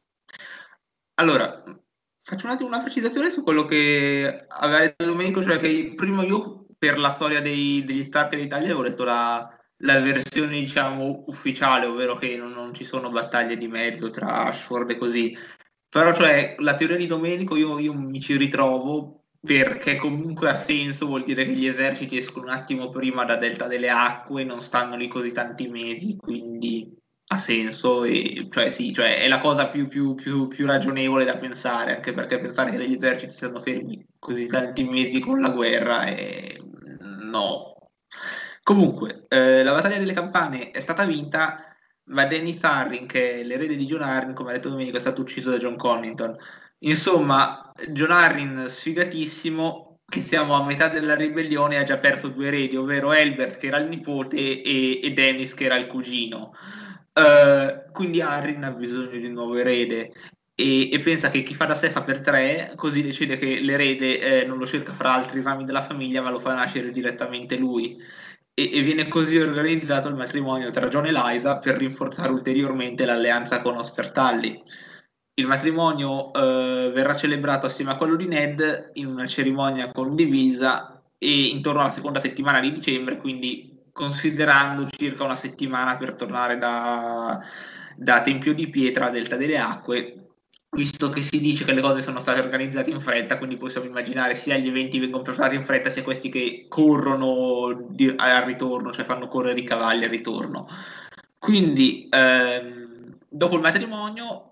Allora, faccio un attimo una precisazione su quello che aveva detto Domenico, cioè che prima io per la storia dei, degli Stark d'Italia avevo letto la, la versione, diciamo, ufficiale, ovvero che non, non ci sono battaglie di mezzo tra Ashford e così. Però, cioè, la teoria di Domenico io, io mi ci ritrovo, perché comunque ha senso, vuol dire che gli eserciti escono un attimo prima da Delta delle Acque, non stanno lì così tanti mesi, quindi ha senso, e, cioè sì, cioè, è la cosa più, più, più, più ragionevole da pensare, anche perché pensare che degli eserciti siano fermi così tanti mesi con la guerra è... no. Comunque, eh, la battaglia delle campane è stata vinta, ma Dennis Arryn, che è l'erede di Jon Arryn, come ha detto Domenico, è stato ucciso da John Connington. Insomma, Jon Arryn sfigatissimo, che siamo a metà della ribellione, ha già perso due eredi, ovvero Elbert, che era il nipote, e, e Dennis, che era il cugino. Uh, quindi Arryn ha bisogno di un nuovo erede e, e pensa che chi fa da sé fa per tre, così decide che l'erede eh, non lo cerca fra altri rami della famiglia, ma lo fa nascere direttamente lui. E, e viene così organizzato il matrimonio tra Jon e Lysa per rinforzare ulteriormente l'alleanza con Oster Tully. Il matrimonio eh, verrà celebrato assieme a quello di Ned in una cerimonia condivisa e intorno alla seconda settimana di dicembre, quindi considerando circa una settimana per tornare da, da Tempio di Pietra, Delta delle Acque, visto che si dice che le cose sono state organizzate in fretta, quindi possiamo immaginare sia gli eventi vengono preparati in fretta, sia questi che corrono di, al ritorno, cioè fanno correre i cavalli al ritorno. Quindi, ehm, dopo il matrimonio,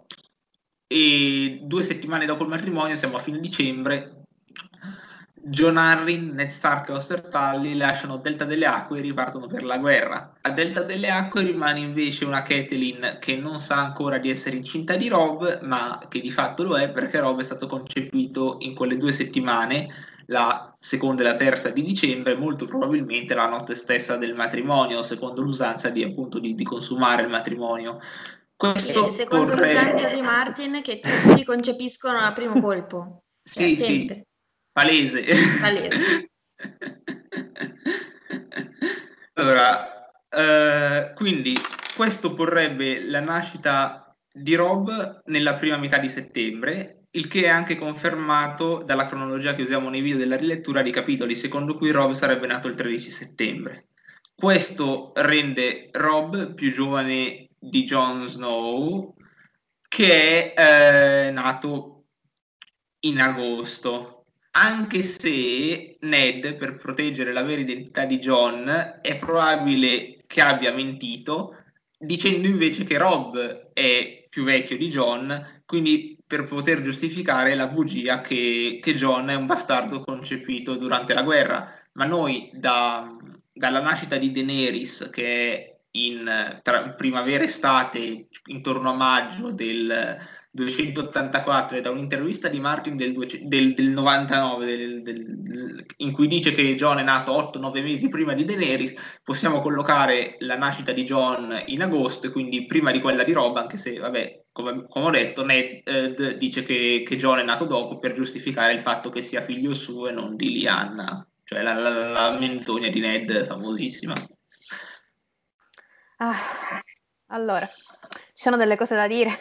e due settimane dopo il matrimonio, siamo a fine dicembre, Jon Arryn, Ned Stark e Oster Tully lasciano Delta delle Acque e ripartono per la guerra. A Delta delle Acque rimane invece una Catelyn che non sa ancora di essere incinta di Robb, ma che di fatto lo è perché Robb è stato concepito in quelle due settimane, la seconda e la terza di dicembre, molto probabilmente la notte stessa del matrimonio, secondo l'usanza di, appunto, di, di consumare il matrimonio. Questo secondo porre... l'usanza di Martin, che tutti concepiscono al primo colpo. Sì, cioè, sempre. Sì, palese. Palese. Allora, eh, quindi questo porrebbe la nascita di Robb nella prima metà di settembre, il che è anche confermato dalla cronologia che usiamo nei video della rilettura di capitoli, secondo cui Robb sarebbe nato il tredici settembre. Questo rende Robb più giovane di Jon Snow, che è eh, nato in agosto, anche se Ned, per proteggere la vera identità di Jon, è probabile che abbia mentito, dicendo invece che Robb è più vecchio di Jon, quindi per poter giustificare la bugia che, che Jon è un bastardo concepito durante la guerra. Ma noi da, dalla nascita di Daenerys, che è in tra primavera e estate, intorno a maggio del duecentottantaquattro, e da un'intervista di Martin del, del, del novantanove, del, del, in cui dice che Jon è nato otto nove mesi prima di Daenerys, possiamo collocare la nascita di Jon in agosto, e quindi prima di quella di Robb, anche se, vabbè, come, come ho detto, Ned eh, dice che, che Jon è nato dopo per giustificare il fatto che sia figlio suo e non di Lyanna, cioè la, la, la menzogna di Ned famosissima. Ah, allora, ci sono delle cose da dire.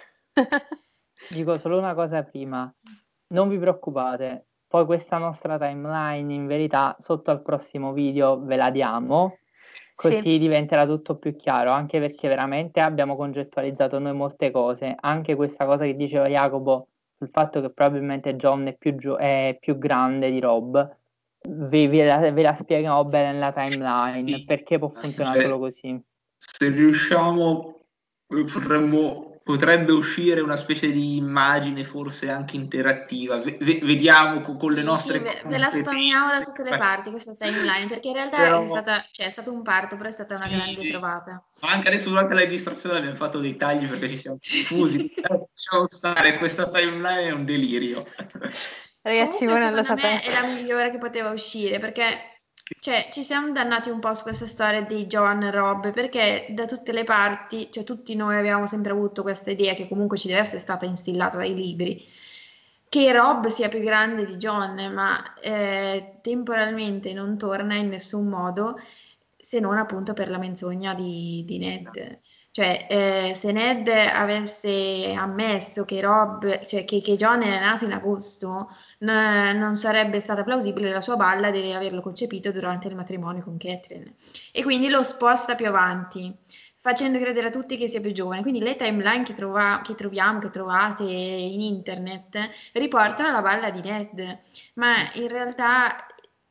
Dico solo una cosa prima, non vi preoccupate, poi questa nostra timeline in verità sotto al prossimo video ve la diamo, così Sì. diventerà tutto più chiaro, anche perché veramente abbiamo congettualizzato noi molte cose, anche questa cosa che diceva Jacopo sul fatto che probabilmente Jon è più, gio- è più grande di Robb, ve, ve, la, ve la spieghiamo bene nella timeline, Sì. perché può funzionare Cioè, solo così. se riusciamo, potremmo, potrebbe uscire una specie di immagine forse anche interattiva. V- vediamo con, con le Sì, nostre sì, ve, ve la spammiamo da tutte le parti questa timeline, perché in realtà Però, è stata, cioè, è stato un parto, però è stata una sì, grande trovata. ma anche adesso durante la registrazione abbiamo fatto dei tagli perché ci siamo confusi. Lasciamo stare, questa timeline è un delirio. Ragazzi, Comunque, voi non lo secondo me sapete. è la migliore che poteva uscire, perché cioè, ci siamo dannati un po' su questa storia di Jon e Robb, perché da tutte le parti, cioè tutti noi abbiamo sempre avuto questa idea che comunque ci deve essere stata instillata dai libri, che Robb sia più grande di Jon, ma eh, temporalmente non torna in nessun modo, se non appunto per la menzogna di, di Ned. Cioè, eh, se Ned avesse ammesso che Robb, cioè che, che Jon è nato in agosto, n- non sarebbe stata plausibile la sua balla di averlo concepito durante il matrimonio con Catelyn. E quindi lo sposta più avanti, facendo credere a tutti che sia più giovane. Quindi le timeline che, trova- che troviamo, che trovate in internet, riportano la balla di Ned, ma in realtà,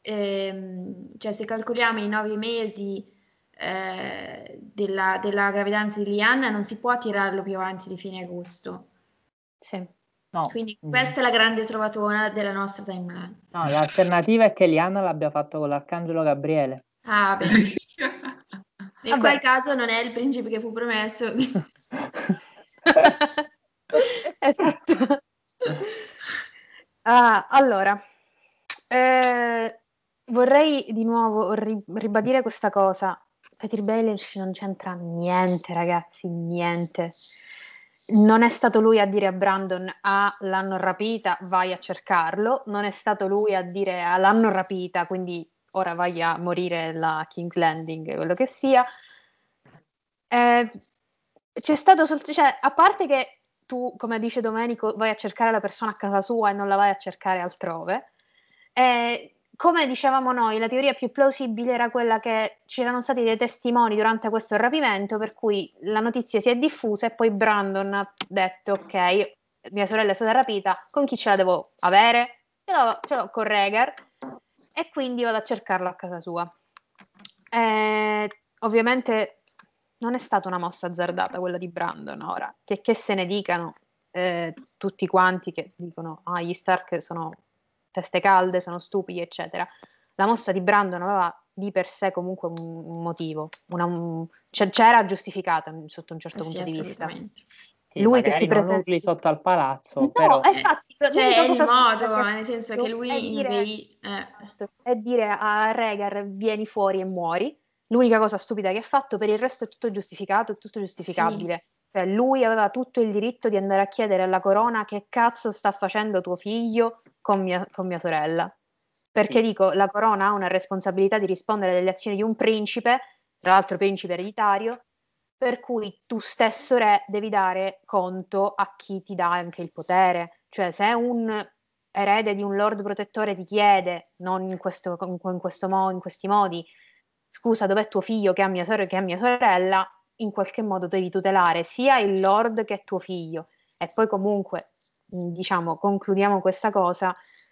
ehm, cioè, se calcoliamo i nove mesi eh, della, della gravidanza di Lyanna, non si può tirarlo più avanti di fine agosto. Sì. No. Quindi Mm. questa è la grande trovatona della nostra timeline. No, l'alternativa è che Liana l'abbia fatto con l'Arcangelo Gabriele. Ah, beh. Nel Vabbè. qual caso non è il principe che fu promesso. Esatto. Ah, allora, eh, vorrei di nuovo ri- ribadire questa cosa. Petyr Baelish non c'entra niente, ragazzi, niente. Non è stato lui a dire a Brandon: ah, l'hanno rapita, vai a cercarlo. Non è stato lui a dire: ah, l'hanno rapita, quindi ora vai a morire la King's Landing, quello che sia. Eh, c'è stato sol- cioè, a parte che tu, come dice Domenico, vai a cercare la persona a casa sua e non la vai a cercare altrove. Eh, come dicevamo noi, la teoria più plausibile era quella che c'erano stati dei testimoni durante questo rapimento, per cui la notizia si è diffusa e poi Brandon ha detto: ok, mia sorella è stata rapita, con chi ce la devo avere? Ce l'ho, ce l'ho con Rhaegar, e quindi vado a cercarla a casa sua. Eh, ovviamente non è stata una mossa azzardata quella di Brandon, ora, che, che se ne dicano eh, tutti quanti che dicono: ah, gli Stark sono teste calde, sono stupidi, eccetera. La mossa di Brandon aveva di per sé comunque un, un motivo, una, un, cioè, c'era giustificata sotto un certo Eh sì, punto di vista. assolutamente. Sì, Lui che si magari non presenta... urli sotto al palazzo, No, però... Cioè, infatti, cioè, è l'unica il cosa stupida modo, che ha nel senso che fatto è lui dire, invei... Eh. è dire a Rhaegar: vieni fuori e muori. L'unica cosa stupida che ha fatto, per il resto è tutto giustificato, è tutto Sì, giustificabile. Cioè, lui aveva tutto il diritto di andare a chiedere alla corona: che cazzo sta facendo tuo figlio con mia, con mia sorella? Perché Sì. dico, la corona ha una responsabilità di rispondere delle azioni di un principe, tra l'altro principe ereditario, per cui tu stesso re devi dare conto a chi ti dà anche il potere. Cioè, se un erede di un lord protettore ti chiede, non in questo, in questo mo- in questi modi: scusa, dov'è tuo figlio che ha mia, sor- che ha mia sorella, in qualche modo devi tutelare sia il lord che tuo figlio. E poi comunque, diciamo, concludiamo questa cosa: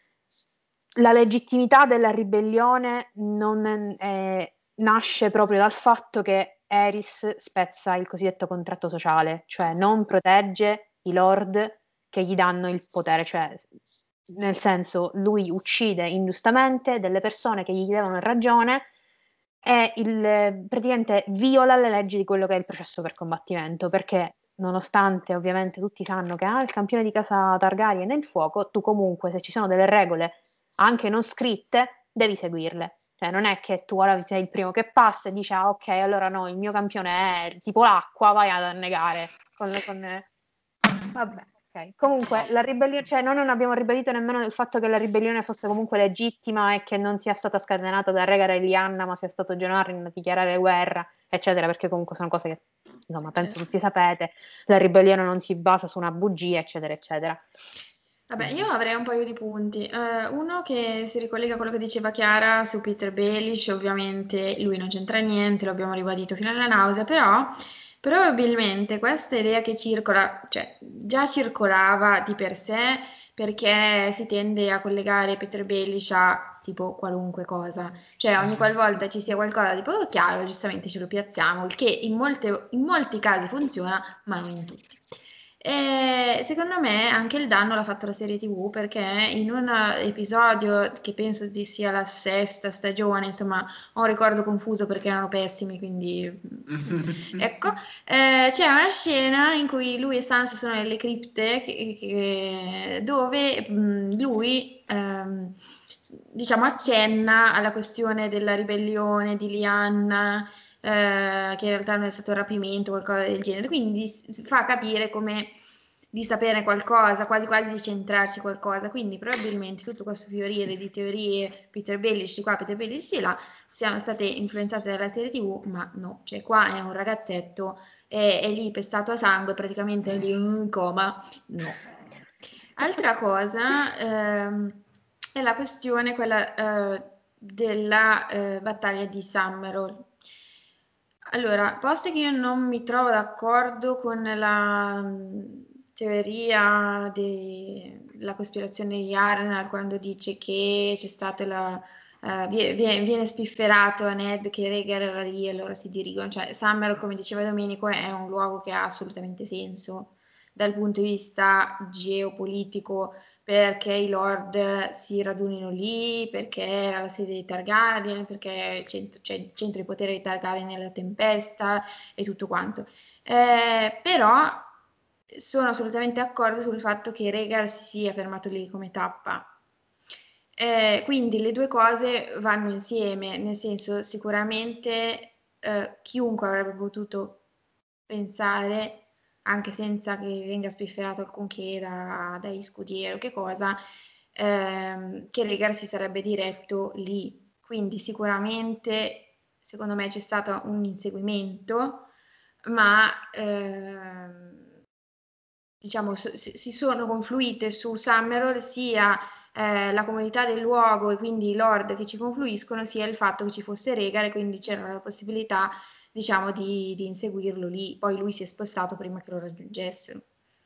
la legittimità della ribellione non è, nasce proprio dal fatto che Eris spezza il cosiddetto contratto sociale, cioè non protegge i lord che gli danno il potere, cioè nel senso, lui uccide ingiustamente delle persone che gli chiedevano ragione è il, praticamente viola le leggi di quello che è il processo per combattimento, perché nonostante ovviamente tutti sanno che ah, il campione di casa Targaryen è il fuoco, tu comunque se ci sono delle regole anche non scritte, devi seguirle. Cioè non è che tu ora sei il primo che passa e dici ah ok, allora no, il mio campione è tipo l'acqua, vai ad annegare. Con le, con... Vabbè. Okay. Comunque la ribellione, cioè noi non abbiamo ribadito nemmeno del fatto che la ribellione fosse comunque legittima e che non sia stata scatenata da Rhaegar e Lyanna, ma sia stato Jon Arryn a dichiarare guerra, eccetera, perché comunque sono cose che, insomma, penso tutti sapete, la ribellione non si basa su una bugia, eccetera, eccetera. Vabbè, io avrei un paio di punti. Eh, uno che si ricollega a quello che diceva Chiara su Peter Baelish, ovviamente lui non c'entra niente, lo abbiamo ribadito fino alla nausea, però probabilmente questa idea che circola, cioè già circolava di per sé perché si tende a collegare Peter Baelish a tipo qualunque cosa, cioè ogni qualvolta ci sia qualcosa di poco chiaro, giustamente ce lo piazziamo, il che in, molte- in molti casi funziona, ma non in tutti. E secondo me anche il danno l'ha fatto la serie T V perché in un episodio che penso di sia la sesta stagione, insomma, ho un ricordo confuso perché erano pessimi, quindi ecco, eh, c'è una scena in cui lui e Sansa sono nelle cripte che- che- dove mh, lui ehm, diciamo accenna alla questione della ribellione di Lyanna, eh, che in realtà non è stato un rapimento o qualcosa del genere, quindi s- fa capire come di sapere qualcosa, quasi quasi di centrarci qualcosa, quindi probabilmente tutto questo fiorire di teorie Peter Baelish di qua, Peter Baelish di là, siamo state influenzate dalla serie T V, ma no, cioè qua è un ragazzetto, è, è lì pestato a sangue, praticamente è lì in coma, no. Altra cosa ehm, è la questione quella eh, della eh, battaglia di Summerall. Allora, posto che io non mi trovo d'accordo con la mh, teoria della cospirazione di Harrenhal quando dice che c'è stato la, eh, vie- vie- viene spifferato a Ned che Rhaegar era lì e allora si dirigono, cioè Summerall, come diceva Domenico, è un luogo che ha assolutamente senso dal punto di vista geopolitico perché i lord si radunino lì, perché era la sede dei Targaryen, perché il centro, cioè, il centro di potere dei Targaryen è la tempesta e tutto quanto. Eh, però sono assolutamente d'accordo sul fatto che Rhaegar si sia fermato lì come tappa. Eh, quindi le due cose vanno insieme, nel senso sicuramente eh, chiunque avrebbe potuto pensare, anche senza che venga spifferato alcunché da, dai scudieri o che cosa, ehm, che Rhaegar si sarebbe diretto lì. Quindi sicuramente, secondo me, c'è stato un inseguimento, ma ehm, diciamo so- si si sono confluite su Summerall sia eh, la comunità del luogo e quindi i lord che ci confluiscono, sia il fatto che ci fosse Rhaegar e quindi c'era la possibilità, diciamo, di, di inseguirlo lì. Poi lui si è spostato prima che lo raggiungessero.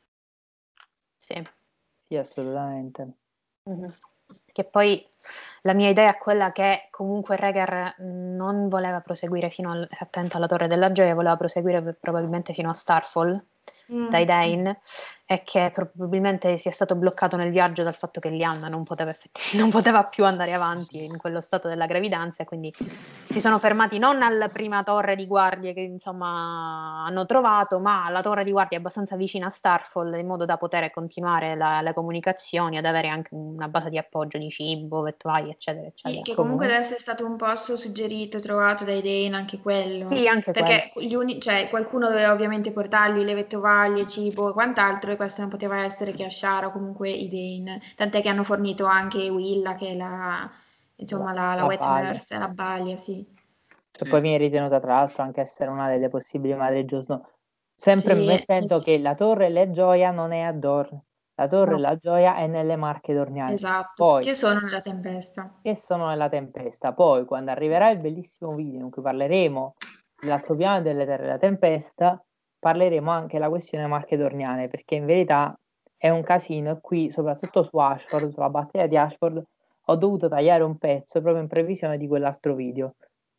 Sì. Sì, assolutamente. Mhm. Che poi la mia idea è quella che comunque Rhaegar non voleva proseguire fino al, attento alla Torre della Gioia, voleva proseguire per- probabilmente fino a Starfall dai Mm. Dane e che probabilmente sia stato bloccato nel viaggio dal fatto che Lyanna non poteva, effetti- non poteva più andare avanti in quello stato della gravidanza e quindi si sono fermati non alla prima torre di guardie che insomma hanno trovato, ma alla torre di guardia abbastanza vicina a Starfall in modo da poter continuare la- le comunicazioni, ad avere anche una base di appoggio di cibo, vetuai, eccetera, Sì, eccetera. che comunque Comunque, deve essere stato un posto suggerito, trovato dai Dane, anche quello. Sì, anche quello. Perché gli uni- cioè, qualcuno doveva ovviamente portargli le vettovaglie, cibo e quant'altro, e questo non poteva essere che Ashara o comunque i Dane. Tant'è che hanno fornito anche Willa, che è la, insomma, la, la la wet paglia. nurse, la balia, sì. Che Sì. poi viene ritenuta tra l'altro anche essere una delle possibili madri Jon Snow. Sempre Sì, mettendo sì, che la torre Le Gioia non è a Dorne, la torre No. La Gioia è nelle Marche Dorniane. esatto, Poi, che sono nella tempesta. che sono nella tempesta. Poi, quando arriverà il bellissimo video in cui parleremo dell'altopiano e delle terre della tempesta, parleremo anche della questione Marche Dorniane, perché in verità è un casino e qui, soprattutto su Ashford, sulla battaglia di Ashford, ho dovuto tagliare un pezzo proprio in previsione di quell'altro video.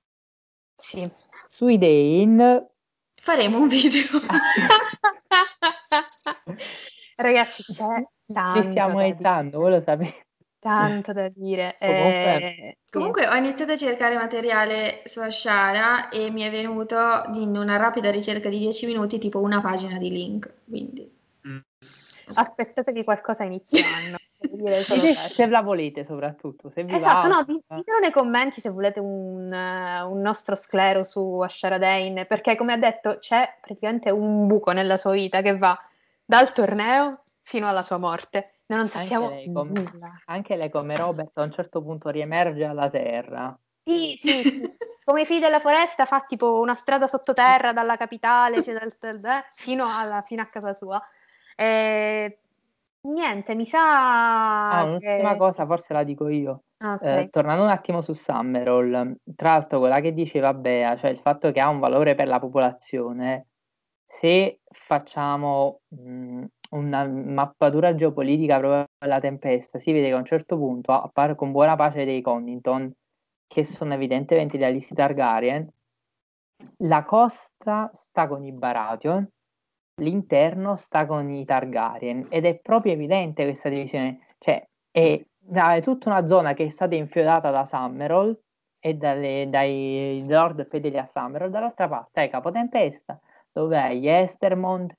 Sì. Sui Dane Faremo un video. Ragazzi, c'è li tanto stiamo da dire. aizzando, voi lo sapete. tanto da dire. Comunque, Eh, sì. Comunque ho iniziato a cercare materiale su Ashara e mi è venuto in una rapida ricerca di dieci minuti tipo una pagina di link, quindi Mm. Aspettatevi qualcosa a inizio anno. devo dire solo se, questo. se la volete soprattutto, se vi Esatto, va. no, di- ditelo nei commenti se volete un, eh, un nostro sclero su Ashara Dane, perché come ha detto c'è praticamente un buco nella sua vita che va dal torneo fino alla sua morte. Noi non Anche sappiamo lei, come, nulla. anche lei come Robert a un certo punto riemerge alla terra. Sì, sì, sì. Come i figli della foresta fa tipo una strada sottoterra dalla capitale cioè dal- dal- dal- fino, alla, fino a casa sua. E, niente, mi Ah, sa un'ultima che... cosa, forse la dico io. Eh, Ok. tornando un attimo su Summerall, tra l'altro quella che diceva Bea, cioè il fatto che ha un valore per la popolazione, se facciamo mh, una mappatura geopolitica proprio della tempesta, si vede che a un certo punto, a par- con buona pace dei Connington, che sono evidentemente idealisti Targaryen, la costa sta con i Baratheon, l'interno sta con i Targaryen ed è proprio evidente questa divisione, cioè è, è tutta una zona che è stata infiodata da Summerall e dalle, dai lord fedeli a Summerall, dall'altra parte hai Capotempesta dove hai gli Estermond,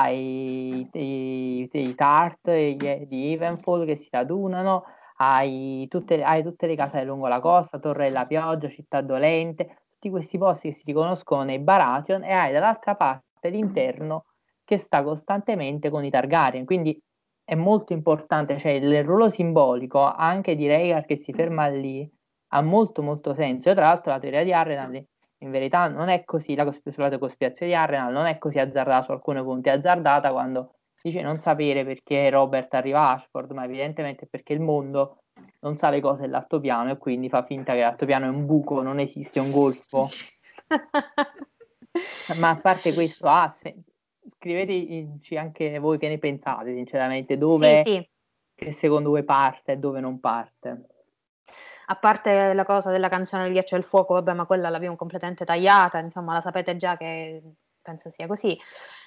hai i, i, i Tart gli, di Evenfall che si radunano, hai tutte, hai tutte le case lungo la costa, Torre della Pioggia, Città Dolente, tutti questi posti che si riconoscono nei Baratheon e hai dall'altra parte l'interno che sta costantemente con i Targaryen, quindi è molto importante, cioè il ruolo simbolico anche di Rhaegar che si ferma lì ha molto molto senso. Io tra l'altro la teoria di Harrenhal in verità non è così, la cospirazione di Harrenhal non è così azzardata su alcuni punti, è azzardata quando dice non sapere perché Robert arriva a Ashford, ma evidentemente perché il mondo non sa le cose dell'altopiano e quindi fa finta che l'altopiano è un buco, non esiste un golfo. Ma a parte questo, ah, se, scriveteci anche voi che ne pensate, sinceramente, dove Sì, sì. che secondo voi parte e dove non parte. A parte la cosa della canzone del ghiaccio e il fuoco, vabbè, ma quella l'abbiamo completamente tagliata, insomma, la sapete già che penso sia così.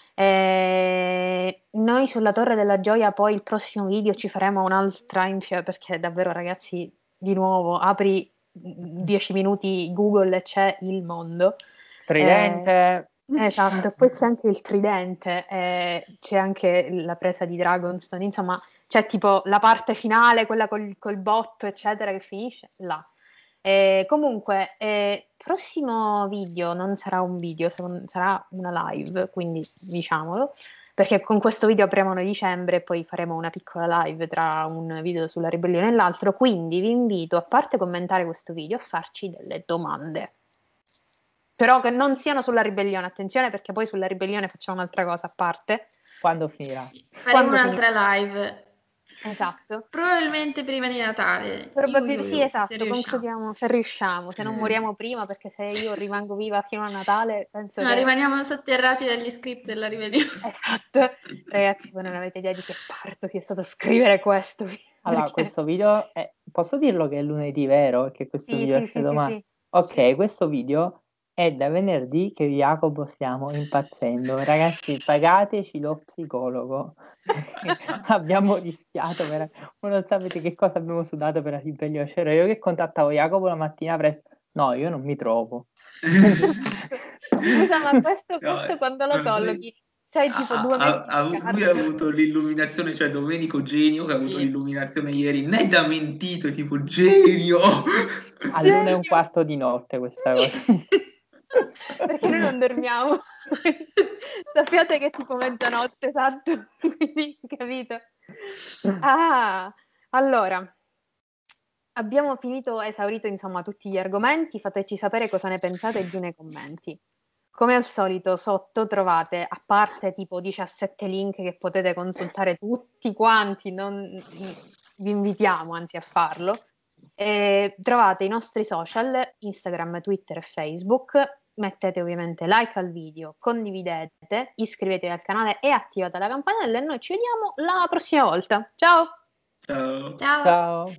E noi sulla Torre della Gioia poi il prossimo video ci faremo un'altra infia perché davvero ragazzi, di nuovo, apri dieci minuti Google e c'è il mondo. Tridente. Eh, esatto, poi c'è anche il tridente, eh, c'è anche la presa di Dragonstone, insomma c'è tipo la parte finale, quella col, col botto, eccetera, che finisce là. Eh, comunque, eh, prossimo video non sarà un video, sarà una live, quindi diciamolo, perché con questo video apriamo noi dicembre e poi faremo una piccola live tra un video sulla ribellione e l'altro, quindi vi invito, a parte commentare questo video, a farci delle domande. Però che non siano sulla ribellione, attenzione perché poi sulla ribellione facciamo un'altra cosa a parte. Quando finirà? faremo Quando un'altra finirà. live. Esatto. Probabilmente prima di Natale. Probabilmente Iu, sì, iu, iu, se esatto, riusciamo. concludiamo se riusciamo, se non moriamo prima, perché se io rimango viva fino a Natale, penso No, che... rimaniamo sotterrati dagli script della ribellione. Esatto, ragazzi, voi non avete idea di che parto sia stato scrivere questo. Allora, Perché... questo video è... posso dirlo che è lunedì, vero? Che questo Sì, video sì, esce sì, sì, domani. sì. Ok, questo video è da venerdì che io e Jacopo stiamo impazzendo. Ragazzi, pagateci lo psicologo. Abbiamo rischiato, per... voi non sapete che cosa abbiamo sudato per la ribellione. C'ero io che contattavo Jacopo la mattina presto. No, io non mi trovo. Scusa, ma questo, No, questo quando lo ma lui, collochi? C'hai tipo ha- due ha- mesi ha- di lui ha scarto. avuto l'illuminazione, cioè Domenico Genio che ha avuto Sì. l'illuminazione ieri. Ned ha mentito, è tipo genio. All'una e un quarto di notte questa cosa. Perché noi non dormiamo. Sappiate che è tipo mezzanotte, esatto. Quindi, capito? Ah, allora, abbiamo finito, esaurito insomma tutti gli argomenti. Fateci sapere cosa ne pensate giù nei commenti. Come al solito, sotto trovate, a parte tipo diciassette link che potete consultare tutti quanti, non, vi invitiamo anzi a farlo. E trovate i nostri social, Instagram, Twitter e Facebook. Mettete ovviamente like al video, condividete, iscrivetevi al canale e attivate la campanella e noi ci vediamo la prossima volta. Ciao! Ciao. Ciao. Ciao.